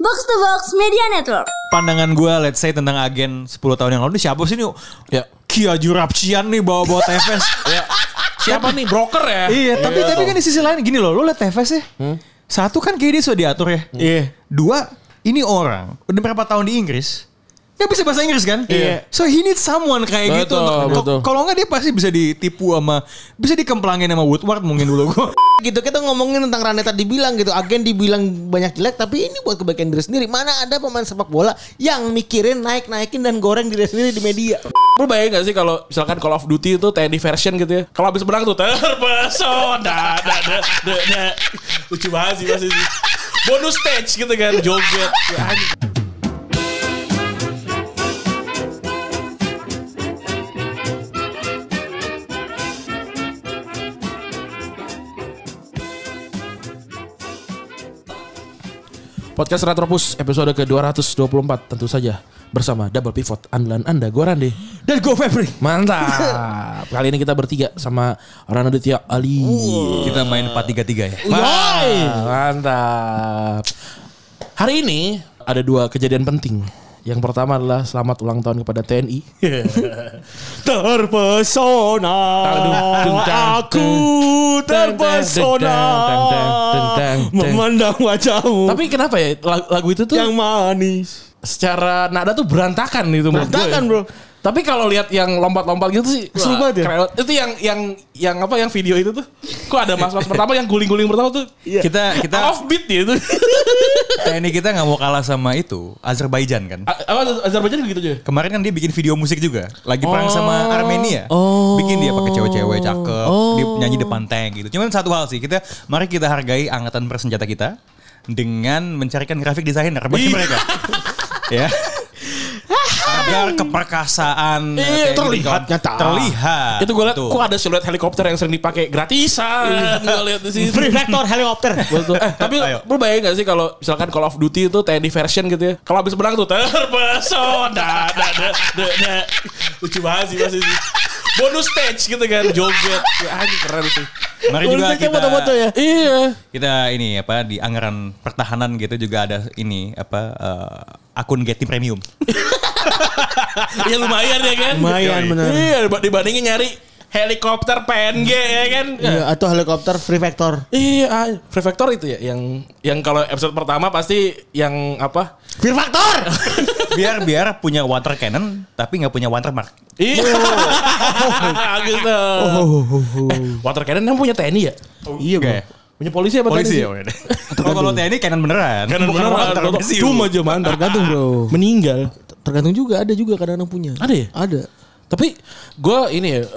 Box to Box Media Network. Pandangan gue let's say tentang agen 10 tahun yang lalu, ini siapa sih nih? Ya. Kia Jurapcian nih bawa-bawa TFS. Ya. Siapa nih broker ya? Iya, tapi kan di sisi lain gini loh, lo liat TFS ya. Satu kan kayak dia sudah diatur ya. Iya. Dua, ini orang udah berapa tahun di Inggris. Ya bisa bahasa Inggris kan? Iya. So he needs someone kayak gitu. Betul. Kalau enggak dia pasti bisa ditipu sama, bisa dikemplangin sama Woodward mungkin dulu gue. Gitu kita ngomongin tentang Raneta dibilang gitu, agen dibilang banyak jelek, tapi ini buat kebaikan diri sendiri. Mana ada pemain sepak bola yang mikirin naik-naikin dan goreng diri sendiri di media. Lu bayangin gak sih kalau misalkan Call of Duty itu TNI version gitu ya. Kalau habis menang tuh terpesona. Lucu banget sih pasti. Bonus stage gitu kan, joget. Podcast Retropus episode ke-224 tentu saja bersama Double Pivot andalan Anda, gue Rande Dan gue Febri. Mantap. Kali ini kita bertiga sama Ranaditya Ali. Kita main 4-3-3 ya. Mantap. Hari ini ada dua kejadian penting. Yang pertama adalah selamat ulang tahun kepada TNI. Terpesona. Aku terpesona memandang wajahmu. Tapi kenapa ya lagu itu tuh yang manis. Secara nada tuh berantakan gitu. Berantakan bro. Tapi kalau lihat yang lompat-lompat gitu sih seru banget ya. Keren. Itu yang apa yang video itu tuh. Kok ada mas-mas pertama yang guling-guling pertama tuh. Iya. Kita offbeat dia itu. TNI kita nggak mau kalah sama itu Azerbaijan kan. Azerbaijan gitu aja. Kemarin kan dia bikin video musik juga. Lagi perang sama Armenia. Bikin dia pakai cewek-cewek cakep, dia nyanyi depan tank gitu. Cuman satu hal sih, mari kita hargai angkatan bersenjata kita dengan mencarikan grafik designer bagi mereka. Ya. Agar keperkasaan terlihat nyata. Terlihat. Itu gue liat kok ada siluet helikopter yang sering dipakai gratisan. Gue lihat di sini. Free Vector helikopter. Betul. Tapi lu bayangin gak sih kalau misalkan Call of Duty itu TNI version gitu ya. Kalau habis menang tuh terpesona. Lucu banget sih pasti. Bonus stage gitu kan, joget. Keren sih. Mari juga kita foto-foto ya. Iya. Kita ini apa di anggaran pertahanan gitu juga ada ini apa akun Getty Premium. Ya lumayan ya kan. Lumayan benar. Iya dibandingin nyari helikopter PNG ya kan. Iya, atau helikopter Free Vector. Iya, Free Vector itu ya yang kalau episode pertama pasti yang apa? Free Vector. biar punya water cannon tapi nggak punya watermark. Iya. Gitu. Water cannon yang punya TNI ya? Iya bro. Punya polisi apa Polisi TNI? ya. Kalau TNI cannon beneran. Cannon Bukan beneran. water mesiu. Cuma aja man. Tergantung bro. Meninggal. Tergantung juga, ada juga kadang-kadang punya. Ada ya? Ada. Tapi gue ini ya,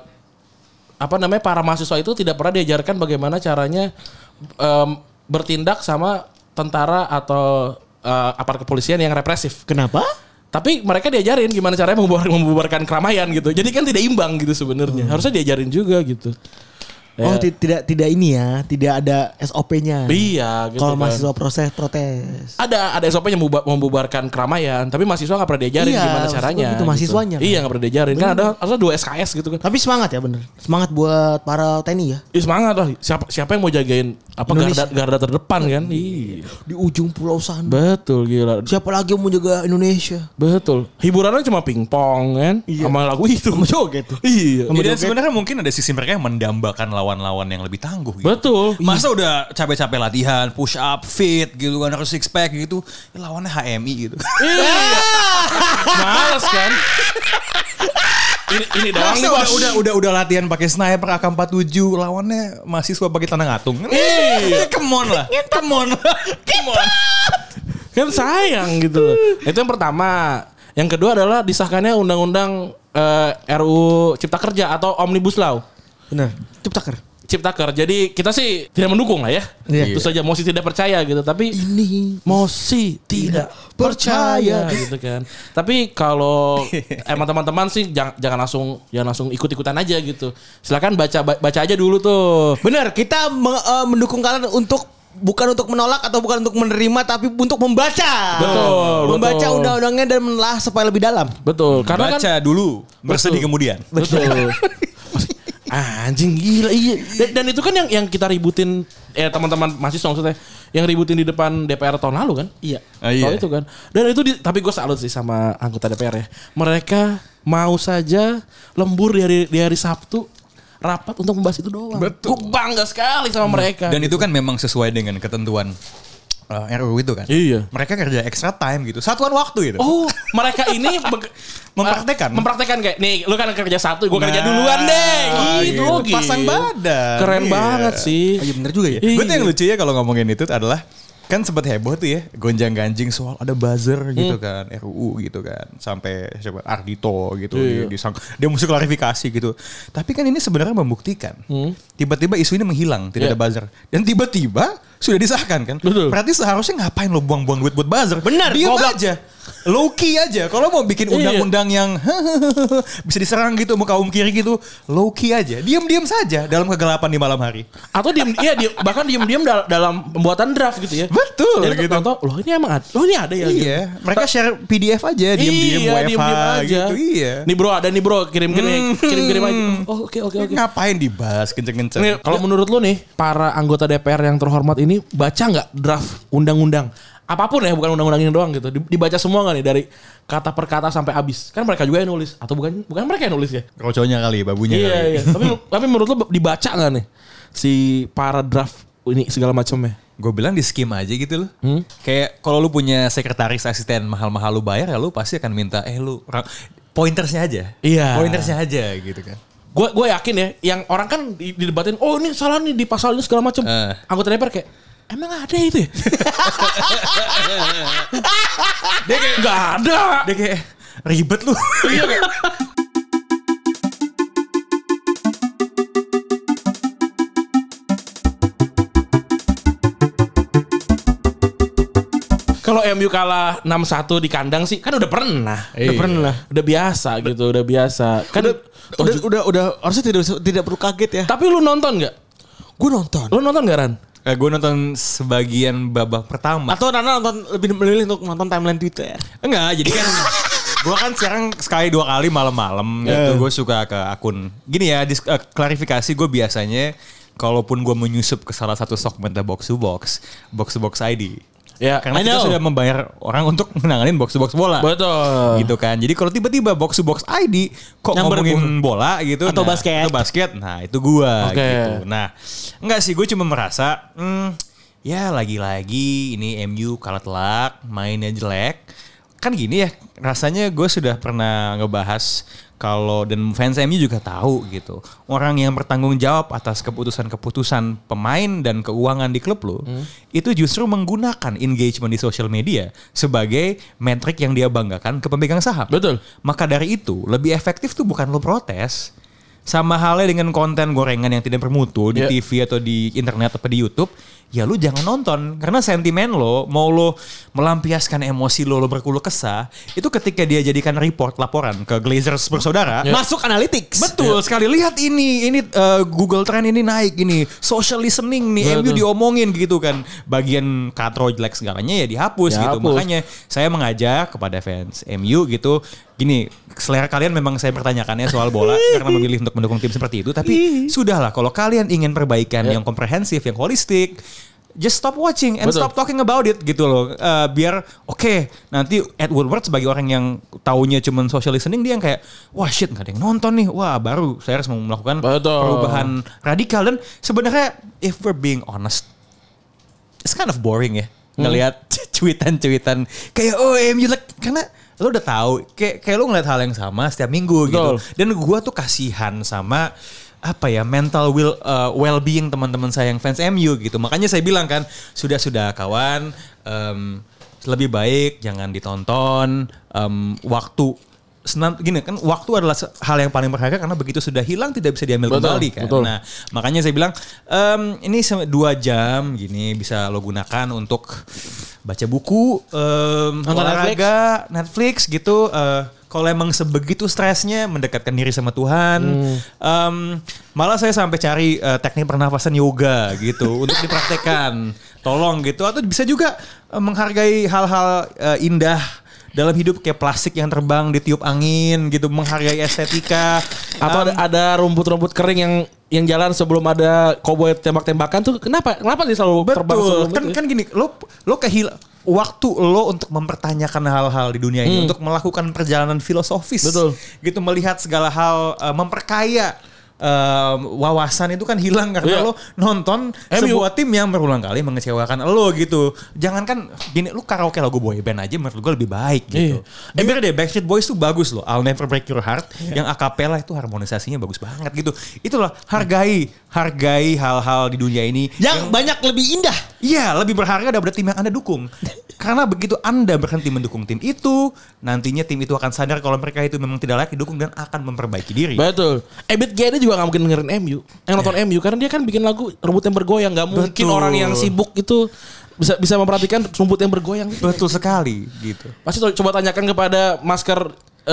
para mahasiswa itu tidak pernah diajarkan bagaimana caranya bertindak sama tentara atau aparat kepolisian yang represif. Kenapa? Tapi mereka diajarin gimana caranya membubarkan keramaian gitu. Jadi kan tidak imbang gitu sebenarnya. Harusnya diajarin juga gitu. Oh tidak ini ya, tidak ada SOP-nya. Iya gitu. Kalau kan. mahasiswa protes. Ada SOP-nya membubarkan keramaian, tapi mahasiswa nggak pernah diajarin gimana caranya. Itu mahasiswanya. Gitu. Iya nggak pernah diajarin. Kan ada 2 SKS gitu kan. Tapi semangat ya bener. Semangat buat para TNI ya. Ih semangat lah. Siapa yang mau jagain apa garda terdepan kan? Iya. Di ujung pulau sana. Betul gila. Siapa lagi yang mau jaga Indonesia? Betul. Hiburannya cuma pingpong kan, sama lagu itu. Sama joget tuh. Iya. Dan sebenarnya mungkin ada sisi mereka yang mendambakan lawan-lawan yang lebih tangguh gitu. Betul. Masa udah capek-capek latihan, push up, fit gitu kan, harus six pack gitu. Ya lawannya HMI gitu. Iya. Males kan. Ini doang nih bos. Udah latihan pakai sniper AK-47, lawannya mahasiswa pakai tanah ngatung. Iya. Come on lah. Come on. Kan sayang gitu loh. Itu yang pertama. Yang kedua adalah disahkannya undang-undang RUU Cipta Kerja atau Omnibus Law. Benar. Ciptaker. Jadi kita sih tidak mendukung lah ya. Iya. Itu saja Mosi tidak percaya gitu. Tapi Ini Mosi tidak percaya gitu kan. Tapi kalau emang teman-teman sih jangan langsung ikut-ikutan aja gitu. Silakan baca aja dulu tuh. benar, kita mendukung kalian bukan untuk menolak atau bukan untuk menerima, tapi untuk membaca. Betul. Membaca undang-undangnya dan menelaah supaya lebih dalam. Betul. Karena Baca dulu, bersedih kemudian. Betul. Anjing gila iya. Dan itu kan yang kita ributin teman-teman mahasiswa maksudnya. yang ributin di depan DPR tahun lalu kan? Iya. Soal itu kan. Dan itu tapi gue salut sih sama anggota DPR ya. Mereka mau saja lembur di hari Sabtu rapat untuk membahas itu doang. Betul. Gue bangga sekali sama mereka. Dan itu kan memang sesuai dengan ketentuan RUU itu kan. Iya. Mereka kerja extra time gitu. Satuan waktu gitu. Oh, mereka ini mempraktekkan kayak nih, lu kan kerja Sabtu, gue kerja duluan deh. Gitu. Pasang badan. Keren banget sih. Oh, iya bener juga ya. Gue tuh yang lucu ya kalau ngomongin itu adalah kan sempat heboh tuh ya, gonjang-ganjing soal ada buzzer gitu kan, RUU gitu kan, sampai siapa Ardhito gitu dia mesti klarifikasi gitu. Tapi kan ini sebenarnya membuktikan tiba-tiba isu ini menghilang, tidak ada buzzer, dan tiba-tiba sudah disahkan kan. Betul. Berarti seharusnya ngapain lo buang-buang duit buat buzzer? Benar, Diam goblok. aja. Low key aja. Kalau mau bikin undang-undang yang bisa diserang gitu sama kaum kiri gitu, low key aja. Diam-diam saja dalam kegelapan di malam hari. Atau bahkan diam-diam dalam pembuatan draft gitu ya. Betul Jadi gitu. tahu loh ini emang ada. Loh ini ada ya. Iya, Gitu. mereka share PDF aja diam-diam WFH diem-diem aja. gitu. Iya. Nih bro, ada nih bro, kirim-kirim aja. Oh, oke. Ngapain dibahas kenceng-kenceng? Nih, kalau menurut lu nih, para anggota DPR yang terhormat ini baca nggak draft undang-undang? Apapun ya, bukan undang-undang ini doang gitu. Dibaca semua nggak nih dari kata per kata sampai habis? Kan mereka juga yang nulis, atau bukan mereka yang nulis ya? Roconya kali, babunya kali. Iya. tapi menurut lu dibaca nggak nih si para draft ini segala macamnya? Gue bilang di skim aja gitu loh. Kayak kalau lu punya sekretaris asisten mahal-mahal lu bayar ya lu pasti akan minta lu pointersnya aja. Iya. Pointersnya aja gitu kan. Gue yakin ya, yang orang kan didebatin, oh ini salah nih di pasal ini segala macam. Anggota DPR kayak, emang ada itu ya? Dia kayak Nggak ada. Dia kayak ribet lu. Iya kayak. Kalau MU kalah 6-1 di kandang sih kan udah pernah. Udah biasa gitu, udah biasa. Kan Udah harusnya tidak perlu kaget ya. Tapi lu nonton nggak? Gue nonton. Lu nonton nggak, Ran? Gue nonton sebagian babak pertama. Atau Nana lebih memilih untuk nonton timeline Twitter. Enggak, jadi kan gue kan sekarang sekali 2 kali malam-malam gitu. Gue suka ke akun. Gini ya, klarifikasi gue biasanya kalaupun gue menyusup ke salah satu segmen box to box ID. Ya, Karena kita sudah membayar orang untuk menanganin box to box bola. Betul. Gitu kan. Jadi kalau tiba-tiba box to box ID kok ngomongin bola gitu. Atau basket. Atau basket. Nah itu gua Oke. gitu. Nah enggak sih, gue cuma merasa ya lagi-lagi ini MU kalah telak, mainnya jelek. Kan gini ya, rasanya gue sudah pernah ngebahas kalau dan fans MU juga tahu gitu. Orang yang bertanggung jawab atas keputusan-keputusan pemain dan keuangan di klub lo itu justru menggunakan engagement di sosial media sebagai metrik yang dia banggakan ke pemegang saham. Betul. Maka dari itu lebih efektif tuh bukan lo protes. Sama halnya dengan konten gorengan yang tidak bermutu di TV atau di internet atau di YouTube, ya lu jangan nonton. Karena sentimen lo, mau lo melampiaskan emosi lo berkeluh kesah, itu ketika dia jadikan laporan ke Glazers bersaudara, Masuk analytics. betul sekali. Lihat ini Google Trend ini naik, ini social listening nih, MU diomongin gitu kan. Bagian katro jelek segalanya ya dihapus gitu. Makanya saya mengajak kepada fans MU gitu, gini, selera kalian memang saya pertanyakannya soal bola karena memilih untuk mendukung tim seperti itu. Tapi sudahlah, kalau kalian ingin perbaikan yang komprehensif, yang holistik, just stop watching and stop talking about it gitu loh. Biar nanti Ed Woodward sebagai orang yang taunya cuman social listening, dia yang kayak wah shit gak ada yang nonton nih. Wah baru saya harus melakukan perubahan radikal. Dan sebenarnya if we're being honest, it's kind of boring ya ngelihat cuitan-cuitan kayak MU like, karena lo udah tahu kayak lo ngeliat hal yang sama setiap minggu gitu. Dan gua tuh kasihan sama mental well-being teman-teman saya yang fans MU gitu. Makanya saya bilang kan, sudah kawan, lebih baik jangan ditonton. Gini kan, waktu adalah hal yang paling berharga karena begitu sudah hilang tidak bisa diambil kembali kan. Nah, makanya saya bilang ini 2 jam gini bisa lo gunakan untuk baca buku, olahraga, Netflix gitu. Kalau emang sebegitu stresnya mendekatkan diri sama Tuhan, malah saya sampai cari teknik pernafasan yoga gitu untuk dipraktekkan. Tolong gitu. Atau bisa juga menghargai hal-hal indah dalam hidup kayak plastik yang terbang ditiup angin gitu, menghargai estetika. Atau ada rumput-rumput kering yang jalan sebelum ada koboi tembak-tembakan tuh kenapa dia selalu terbang sebelum Betul. Kan gini, lo kehilangan waktu lo untuk mempertanyakan hal-hal di dunia ini, untuk melakukan perjalanan filosofis. Betul. Gitu, melihat segala hal, memperkaya wawasan itu kan hilang karena lo nonton sebuah tim yang berulang kali mengecewakan lo gitu. Jangankan gini, lu karaoke lagu boy band aja menurut gue lebih baik gitu. Jujur deh, Backstreet Boys tuh bagus loh. I'll Never Break Your Heart yang akapela itu harmonisasinya bagus banget gitu. Itulah, hargai hal-hal di dunia ini yang banyak lebih indah. Iya, lebih berharga daripada tim yang Anda dukung. Karena begitu Anda berhenti mendukung tim itu, nantinya tim itu akan sadar kalau mereka itu memang tidak layak didukung dan akan memperbaiki diri. Betul. Ebit G juga gak mungkin dengerin MU. Yang nonton MU karena dia kan bikin lagu rumput yang bergoyang. Gak mungkin orang yang sibuk itu bisa memperhatikan rumput yang bergoyang. Betul sekali gitu. Pasti coba tanyakan kepada masker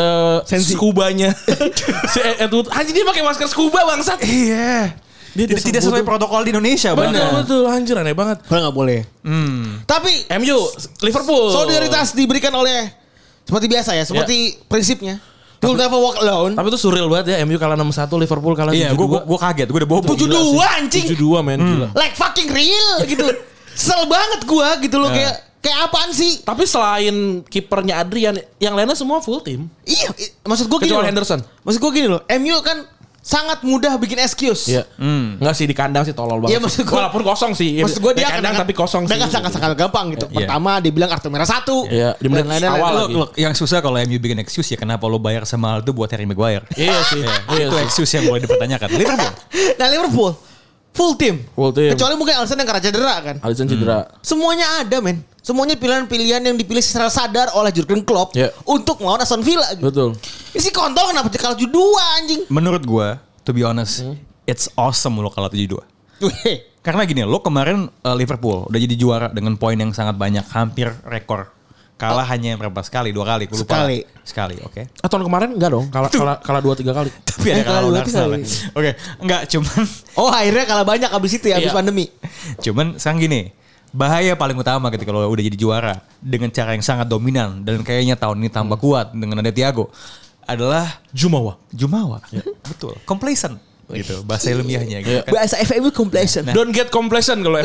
skubanya si Edward. Anjir, dia pakai masker scuba bangsat. Iya. Dia tidak sesuai protokol di Indonesia. Betul, anjir aneh banget. Kalau nggak boleh. Tapi MU, Liverpool. solidaritas diberikan oleh seperti biasa ya, seperti prinsipnya. You'll never walk alone. Tapi itu surreal banget ya, MU kalah 6-1, Liverpool kalah 7-2. Iya, gue kaget, gue udah bobo. 7-2 anjing. 7-2 men, gila. Like fucking real gitu. Kesel banget gue gitu loh, kayak apaan sih? Tapi selain kipernya Adrian, yang lainnya semua full tim. Iya, maksud gue gini Kecuali loh. Henderson. Maksud gue gini loh, MU kan sangat mudah bikin excuse. Iya. Enggak sih, di kandang sih tolol banget. Iya, maksud gua, walaupun kosong sih. Maksud gue dia kandang tapi kosong sih. Dia kan sangat-sangat gampang gitu. Pertama dia bilang kartu merah 1. Iya, di menit awal lagi. Look, yang susah kalau MU bikin excuse ya kenapa lo bayar semahal itu buat Harry Maguire. Iya sih. Itu excuse yang boleh dipertanyakan. Liverpool. Nah, Liverpool full tim. Kecuali mungkin Alisson yang karena cedera kan. Alisson cedera. Semuanya ada men. Semuanya pilihan-pilihan yang dipilih secara sadar oleh Jurgen Klopp untuk melawan Aston Villa gitu. Betul. Isi kontol kenapa kalah 7-2 anjing. Menurut gue, to be honest, it's awesome lo kalah 7-2. Karena gini, lo kemarin Liverpool udah jadi juara dengan poin yang sangat banyak, hampir rekor. Kalah hanya berapa sekali? 2 kali, gue lupa. Sekali, oke. Tahun kemarin enggak dong, kalah 2-3 kali. Tapi ada kalah lawan Arsenal. Oke, enggak, cuman akhirnya kalah banyak abis itu ya, abis pandemi. Cuman sang gini, bahaya paling utama ketika lo udah jadi juara dengan cara yang sangat dominan dan kayaknya tahun ini tambah kuat dengan ada Thiago adalah Jumawa. Betul. Complacent gitu bahasa ilmiahnya gitu kan. Bahasa FMU complacent. Don't get complacent kalau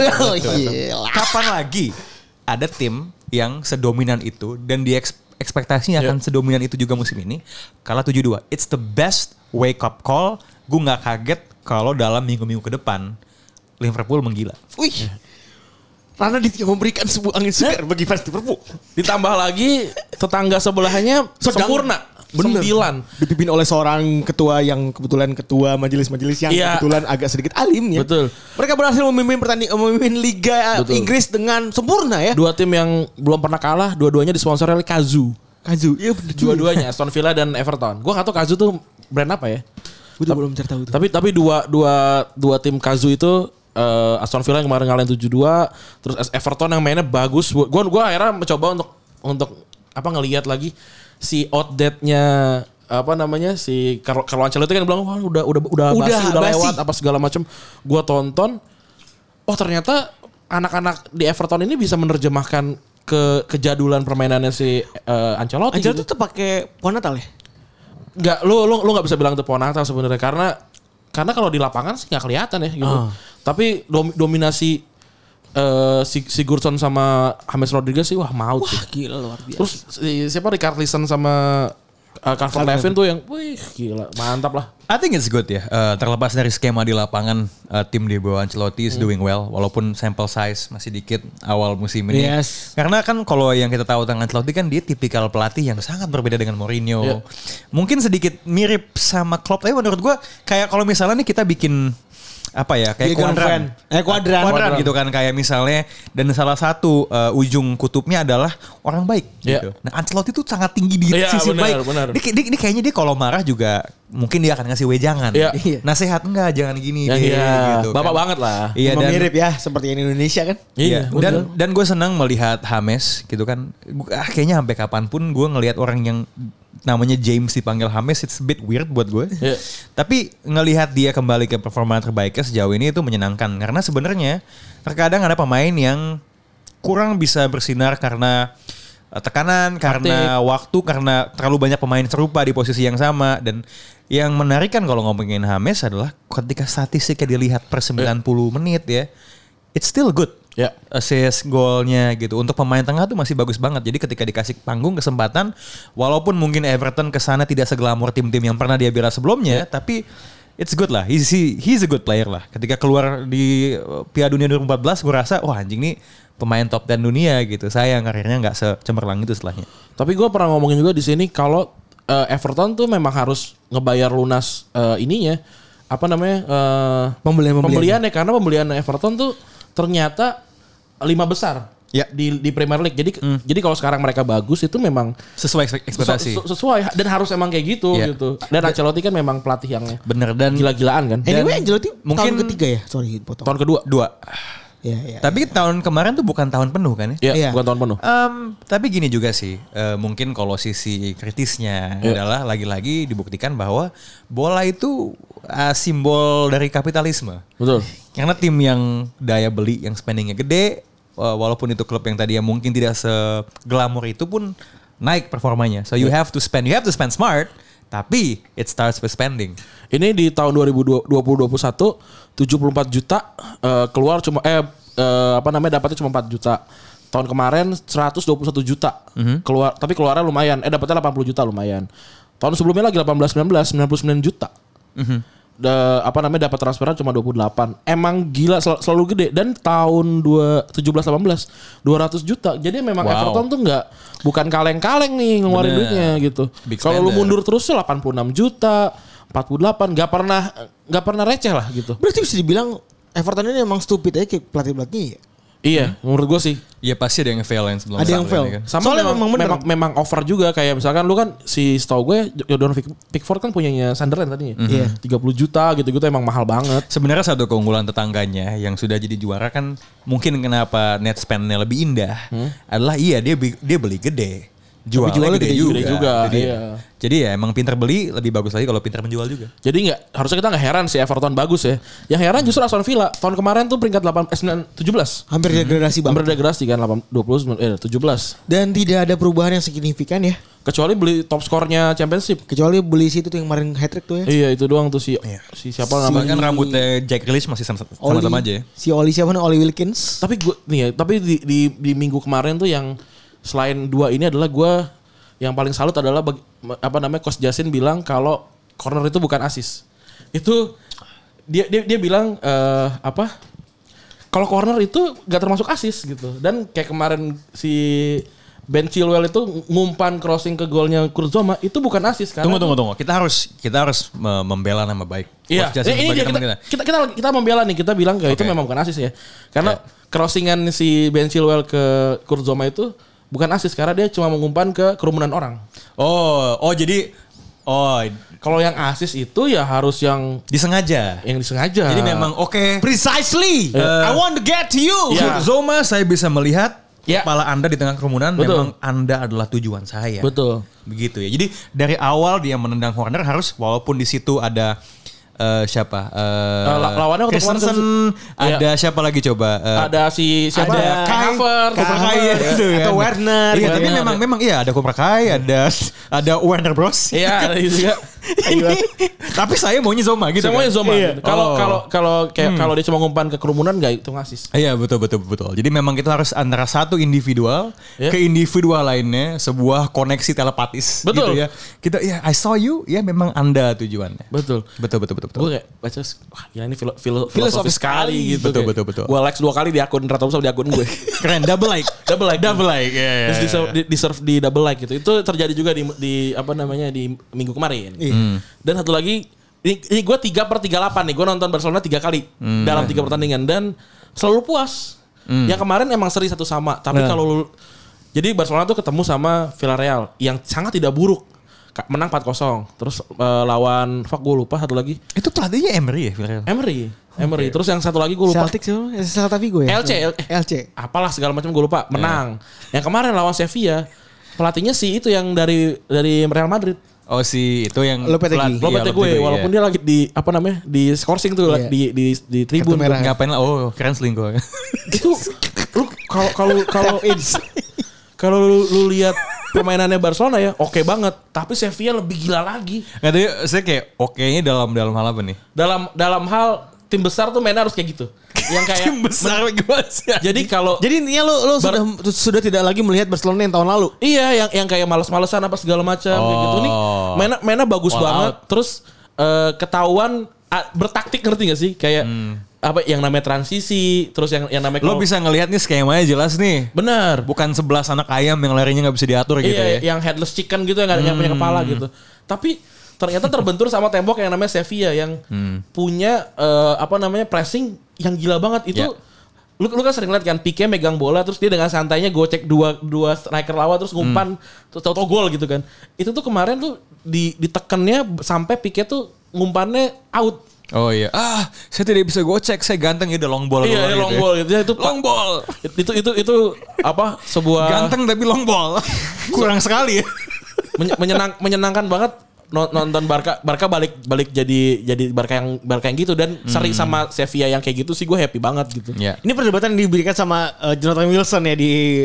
Kapan lagi ada tim yang sedominan itu dan ekspektasinya akan sedominan itu juga musim ini kalah 7-2. It's the best wake up call. Gue gak kaget kalau dalam minggu-minggu ke depan Liverpool menggila. Wih. Karena dia memberikan sebuah angin segar bagi fans Liverpool. Ditambah lagi tetangga sebelahnya sempurna. 9. Dipimpin oleh seorang ketua yang kebetulan ketua majelis-majelis yang kebetulan agak sedikit alim ya. Betul. Mereka berhasil memimpin Liga Inggris dengan sempurna ya. 2 tim yang belum pernah kalah, dua-duanya disponsori oleh Kazoo. Iya benar. Dua-duanya Aston Villa dan Everton. Gue gak tahu Kazoo tuh brand apa ya. Gue belum cari tahu tuh. Tapi dua tim Kazoo itu Aston Villa yang kemarin ngalahin 7-2, terus Everton yang mainnya bagus. Gue akhirnya mencoba untuk ngelihat lagi si outdate-nya si Carlo Ancelotti kan bilang wah udah lewat apa segala macam. Gua tonton, ternyata anak-anak di Everton ini bisa menerjemahkan kejadulan permainannya si Ancelotti. Ancelotti tuh pakai pohon Natal ya? Enggak, lu enggak bisa bilang itu pohon Natal sebenarnya karena kalau di lapangan sih enggak kelihatan ya gitu. Tapi dominasi Sigurdsson sama James Rodriguez sih maut sih. Gila luar biasa. Terus siapa Richarlison sama Calvert-Lewin tuh yang gila, mantap lah. I think it's good ya. Terlepas dari skema di lapangan, tim di bawah Ancelotti is doing well walaupun sample size masih dikit awal musim ini. Yes. Karena kan kalau yang kita tahu tentang Ancelotti kan dia tipikal pelatih yang sangat berbeda dengan Mourinho. Mungkin sedikit mirip sama Klopp, tapi menurut gue kayak kalau misalnya nih kita bikin kayak kuadran gitu kan, kayak misalnya dan salah satu ujung kutubnya adalah orang baik gitu. Nah, Ancelotti tuh sangat tinggi di sisi baik. Dia kayaknya dia kalau marah juga mungkin dia akan ngasih wejangan. Nasihat enggak, jangan gini gitu. Bapak kan. Banget lah. Iya, dan mirip ya seperti yang Indonesia kan. Iya. Dan gue senang melihat James gitu kan. Kayaknya sampai kapanpun gue ngelihat orang yang namanya James dipanggil James, it's a bit weird buat gue. Tapi ngelihat dia kembali ke performa terbaiknya sejauh ini itu menyenangkan. Karena sebenarnya terkadang ada pemain yang kurang bisa bersinar karena tekanan, karena waktu, karena terlalu banyak pemain serupa di posisi yang sama. Dan yang menarik kan kalau ngomongin James adalah ketika statistiknya dilihat per 90 menit ya, it's still good. Ya. Assist golnya gitu. Untuk pemain tengah tuh masih bagus banget. Jadi ketika dikasih panggung, kesempatan, walaupun mungkin Everton kesana tidak seglamor tim-tim yang pernah dia bela sebelumnya, tapi it's good lah. He's a good player lah. Ketika keluar di Piala Dunia 2014, gue rasa wah anjing nih pemain top 10 dunia gitu. Sayang karirnya nggak secemerlang itu setelahnya. Tapi gue pernah ngomongin juga di sini kalau Everton tuh memang harus ngebayar lunas ininya apa namanya pembeliannya, karena pembelian Everton tuh ternyata 5 besar ya di Premier League. Jadi kalau sekarang mereka bagus itu memang sesuai ekspektasi. Sesuai dan harus emang kayak gitu gitu. Dan Ancelotti kan memang pelatih yang bener dan gila-gilaan kan. Anyway, Ancelotti mungkin tahun ketiga ya? Sorry, potong. Tahun kedua. Ya. Tapi tahun kemarin tuh bukan tahun penuh kan ya? Iya, bukan tahun penuh. Tapi gini juga sih, mungkin kalau sisi kritisnya adalah lagi-lagi dibuktikan bahwa bola itu simbol dari kapitalisme. Betul. Karena tim yang daya beli, yang spendingnya gede, walaupun itu klub yang tadi yang mungkin tidak seglamor itu pun naik performanya. So you have to spend smart, tapi it starts with spending. Ini di tahun 2021 74 juta keluar cuma dapatnya cuma 4 juta. Tahun kemarin 121 juta keluar, tapi keluarnya lumayan. Dapatnya 80 juta lumayan. Tahun sebelumnya lagi 18-19 99 juta. Dapat transferan cuma 28. Emang gila selalu gede. Dan tahun 17-18 200 juta. Jadi memang Everton tuh bukan kaleng-kaleng nih ngeluarin duitnya gitu. Kalau lu mundur terus 86 juta, 48 nggak pernah receh lah gitu. Berarti bisa dibilang Everton ini emang stupid aja kayak pelatih-pelatihnya ya? Iya, menurut gue sih. Iya pasti ada yang fail yang sebelumnya. Ada yang fail. Kan? Sama soalnya memang over juga, kayak misalkan lu kan setahu gue Jordan Pickford kan punyanya Sunderland tadinya. 30 juta gitu-gitu emang mahal banget. Sebenarnya satu keunggulan tetangganya yang sudah jadi juara kan mungkin kenapa net spend-nya lebih indah adalah dia beli gede. Jualnya gede juga. Jadi ya emang pinter beli lebih bagus lagi kalau pinter menjual juga. Jadi harusnya kita nggak heran sih Everton bagus ya. Yang heran justru Aston Villa tahun kemarin tuh peringkat 17. Hampir degradasi banget. Hampir degradasi kan 17. Dan tidak ada perubahan yang signifikan ya. Kecuali beli top skornya Championship. Kecuali beli situ tuh yang kemarin hat-trick tuh ya. Iya itu doang tuh si siapa namanya. Bahkan rambutnya Jack Grealish masih sama-sama aja ya. Si Oli siapa nih? Oli Wilkins. Tapi di minggu kemarin tuh yang selain dua ini adalah gue yang paling salut adalah Coach Justin bilang kalau corner itu bukan assist. Itu dia bilang kalau corner itu gak termasuk assist gitu. Dan kayak kemarin si Ben Chilwell itu ngumpan crossing ke golnya Kurtzoma itu bukan assist kan? Tunggu. Kita harus membela nama baik. Iya. Ini kita membela nih, kita bilang itu memang bukan assist ya. Karena crossingan si Ben Chilwell ke Kurtzoma itu bukan assist karena dia cuma mengumpan ke kerumunan orang. Jadi kalau yang assist itu ya harus yang disengaja. Jadi memang precisely. I want to get to you. Zoma saya bisa melihat kepala Anda di tengah kerumunan. Memang Anda adalah tujuan saya. Betul. Begitu ya. Jadi dari awal dia menendang corner harus walaupun di situ ada siapa? Lawannya Christensen, ada siapa lagi coba? Ada siapa? Ada Kai gitu kan. Atau Werner. Iya, tapi memang ada Cobra Kai, ada Warner Bros. Iya, ada juga. Tapi saya maunya Zoma gitu. Saya maunya Zoma. Iya. Kalau dia cuma ngumpan ke kerumunan enggak itu ngasis. Iya, betul. Jadi memang kita harus antara satu individual ke individual lainnya sebuah koneksi telepatis gitu ya. Kita I saw you, memang Anda tujuannya. Betul. Gue kayak baca, wah gila ini filosofis sekali gitu. Betul. Gue like 2 kali di akun Rata Musa, di akun gue. Keren, double like. Yeah. Terus di double like gitu. Itu terjadi juga di minggu kemarin. Dan satu lagi, ini gue 3/38 nih. Gue nonton Barcelona 3 kali dalam 3 pertandingan dan selalu puas. Yang kemarin emang seri 1-1, tapi jadi Barcelona tuh ketemu sama Villarreal yang sangat tidak buruk. Menang 4-0. Terus lawan gue lupa satu lagi. Itu pelatihnya Emery ya Villarreal? Emery. Terus yang satu lagi gue lupa. Celtic sih, Celta Vigo ya? LC. Apalah segala macam gue lupa. Menang. Yang kemarin lawan Sevilla, pelatihnya si itu yang dari Real Madrid. Oh si itu yang Lopetegui walaupun dia lagi di scoring tuh di tribun tuh. Ngapain lah? Oh keren selingkuh. Itu lu kalau kalau lu lihat permainannya Barcelona ya oke banget, tapi Sevilla lebih gila lagi. Nggak tahu, saya kayak oke-nya dalam hal apa nih? Dalam hal tim besar tuh mainnya harus kayak gitu. Yang kayak Tim besar gimana sih? Jadi kalau Jadi intinya lu sudah tidak lagi melihat Barcelona yang tahun lalu. iya yang kayak malas-malesan apa segala macam kayak gitu nih. Mainnya bagus All banget. out. Terus ketahuan bertaktik, ngerti gak sih? Kayak apa yang namanya transisi, terus yang namanya Lo bisa ngelihat nih skemanya jelas nih. benar. Bukan 11 anak ayam yang larinya nggak bisa diatur gitu Iya, ya. yang headless chicken gitu yang gak punya kepala gitu. Tapi ternyata terbentur sama tembok yang namanya Sevilla yang punya pressing yang gila banget itu. Ya. Lu kan sering lihat kan Pique megang bola terus dia dengan santainya gocek dua striker lawan terus ngumpan terus tau gol gitu kan. Itu tuh kemarin tuh ditekannya sampai Pique tuh ngumpannya out. Oh iya. Saya tidak bisa gocek, saya ganteng ya udah long ball. Iya, long ball gitu. Itu Long ball. Itu apa sebuah Ganteng tapi long ball. Kurang sekali ya. menyenangkan banget nonton Barca balik jadi Barca yang gitu dan seri sama Sevilla yang kayak gitu sih gue happy banget gitu. Ya. Ini perdebatan diberikan sama Jonathan Wilson ya